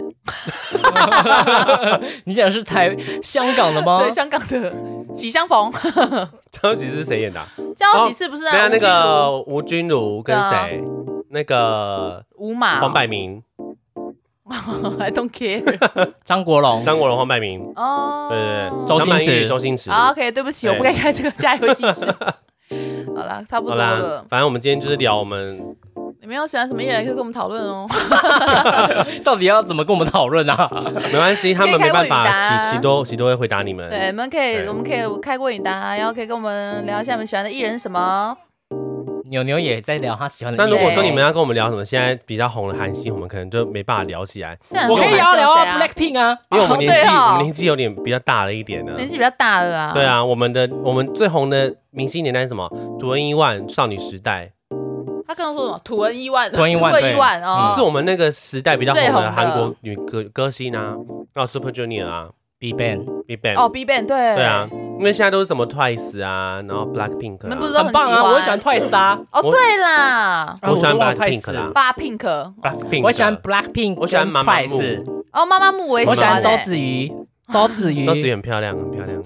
你讲的是香港的吗？ 对，香港的喜相逢。 家有喜事是谁演的？ 家有喜事不是啊？ 对啊，那个吴君如跟谁？那个吴马、 黄百鸣。 I don't care。 张国荣、 黄百鸣。哦， 对，周星驰。 OK， 对不起，我不该开这个家有喜事。好了，差不多了。 反正我们今天就是聊我们。 你们有喜欢什么艺人可以跟我们讨论哦。 到底要怎么跟我们讨论啊？ 没关系，他们没办法，喜多会回答你们。 对，我们可以开过瘾答，然后可以跟我们聊一下你们喜欢的艺人是什么。 牛牛也在聊他喜欢的。 那如果说你们要跟我们聊什么现在比较红的韩星，我们可能就没办法聊起来。 我可以聊啊 ，Blackpink 啊， 因为我们年纪有点比较大了一点呢。 年纪比较大了啊。 对啊，我们最红的明星年代是什么？土恩1万、少女时代。 他刚刚说什么？土恩1万， 土恩1万哦， 是我们那个时代比较红的韩国女歌星啊，然后 Super Junior 啊。 BigBang 哦 ，BigBang 对啊，因为现在都是什么 Twice 啊，然后 Blackpink 你们不是都很棒啊？我喜欢 Twice 啊。 哦，对啦， 我喜欢 Blackpink 啦。 Blackpink， 我喜欢 Blackpink， 我喜欢妈妈木。 哦，妈妈木我也喜欢。 我喜欢周子瑜很漂亮，很漂亮。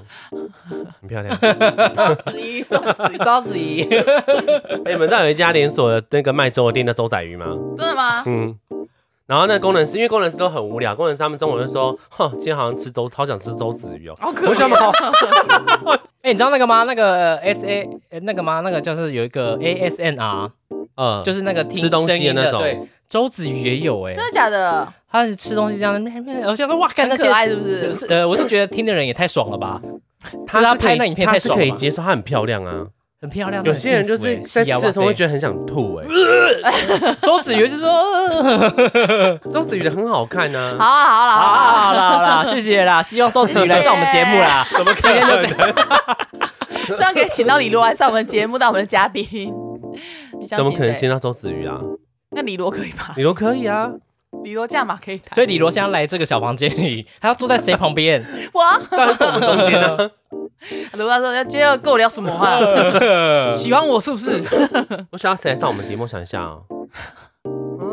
周子瑜。 你们知道有一家连锁的那个卖粥的店叫周仔鱼吗？ 真的吗？ 然后那工程师，因为工程师都很无聊，工程师他们中午就说：“今天好像好想吃周子瑜哦。”我想好。 你知道那个吗？那个 那个吗？那个就是有一个 ASMR，就是那个吃东西的那种。 对，周子瑜也有真的假的？ 他是吃东西这样，我想说哇，看那些可爱是不是？ 我是觉得听的人也太爽了吧。 他拍那影片太爽了， 他是可以接受，她很漂亮啊。 很漂亮， 有些人就是在吃的时候会觉得很想吐周子瑜就说， 周子瑜的很好看呢。 好啦，谢谢啦，希望周子瑜来上我们节目啦。 怎么可能？ 希望可以请到李罗来上我们节目，当我们的嘉宾。 怎么可能请到周子瑜啊？ 那李罗可以吧？ 李罗可以啊。 李罗价码可以谈， 所以李罗现在来这个小房间里，他要坐在谁旁边？ 我当然在我们中间啊。 卢大说：“今天要跟我聊什么啊？喜欢我是不是？” 我想要谁来上我们节目？想一下哦。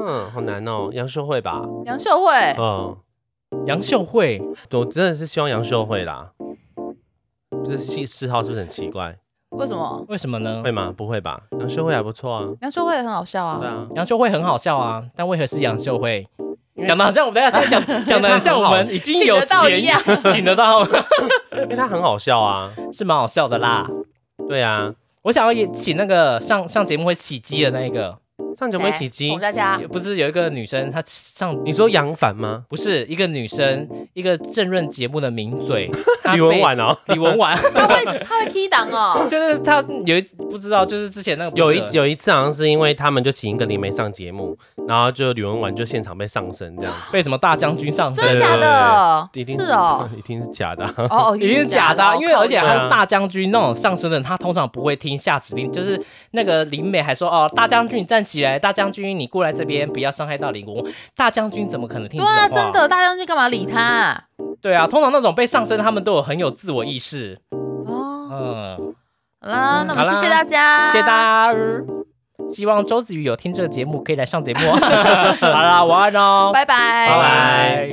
好难哦。杨秀慧吧？ 杨秀慧， 杨秀慧， 我真的是希望杨秀慧啦。就是嗜好是不是很奇怪？ 为什么？ 为什么呢？ 会吗？不会吧？杨秀慧还不错啊。 杨秀慧很好笑啊。 对啊， 杨秀慧很好笑啊，但为何是杨秀慧？讲的好像我们大家现在讲的很像我们已经有钱请得到， 因为他很好笑啊， 是蛮好笑的啦。 对啊， 我想要也请那个上节目会起鸡的那一个。 上节目会起鸡， 洪佳佳不是有一个女生，她上你说杨凡吗？ 不是一个女生，一个政论节目的名嘴， 李文婉哦， 李文婉， 他会 key 档哦， 就是她不知道，就是之前那个有一次好像是因为他们就请一个灵媒上节目，然后就李文婉就现场被上身这样子， 被什么大将军上身， 真的假的？ 是哦， 一定是假的哦， 一定是假的，因为而且还有大将军那种上身的人，他通常不会听下指令，就是那个灵媒还说哦，大将军你站起来，大将军你过来这边，不要伤害到灵魂。大将军怎么可能听这种话？ 对啊，真的，大将军干嘛理他？ 对啊，通常那种被上身，他们都有很有自我意识。 好啦，那我们谢谢大家， 谢谢大家。希望周子瑜有听这个节目，可以来上节目。好啦，晚安哦， 拜拜， 拜拜。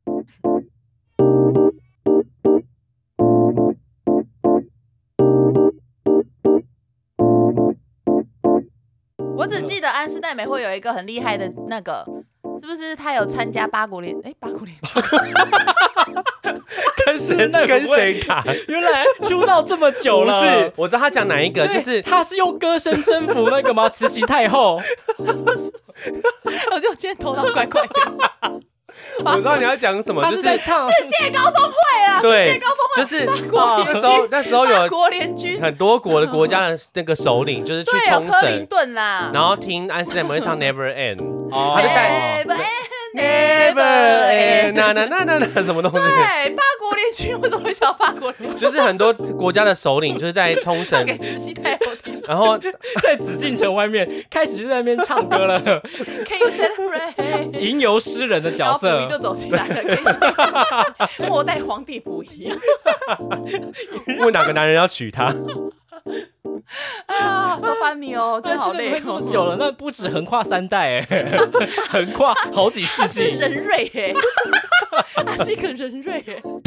我只记得安室奈美惠有一个很厉害的那个，是不是她有参加八国联军？ 跟谁卡？ 原来出道这么久了。 不是，我知道他讲哪一个，就是他是用歌声征服那个吗？慈禧太后。 我觉得我今天头脑怪怪的。 我知道你要讲什么， 他是在唱世界高峰会啊， 对， 世界高峰会就是那时候有国联军， 很多国家的那个首领，就是去冲克林顿啦， 然后听安室奈美惠唱 Never End， 他就带 Never End， 那什么东西？ 对，八国联军为什么会叫八国联军？ 就是很多国家的首领就是在冲绳给慈禧太后听， 然后在紫禁城外面开始就在那边唱歌了。 Can you celebrate？ 吟游诗人的角色， 然后溥仪就走起来了，末代皇帝溥仪。 问哪个男人要娶她？ 啊，so funny哦，真的好累哦， 久了，那不止横跨3代哎，横跨好几世纪， 他是人瑞哎，他是一个人瑞哎。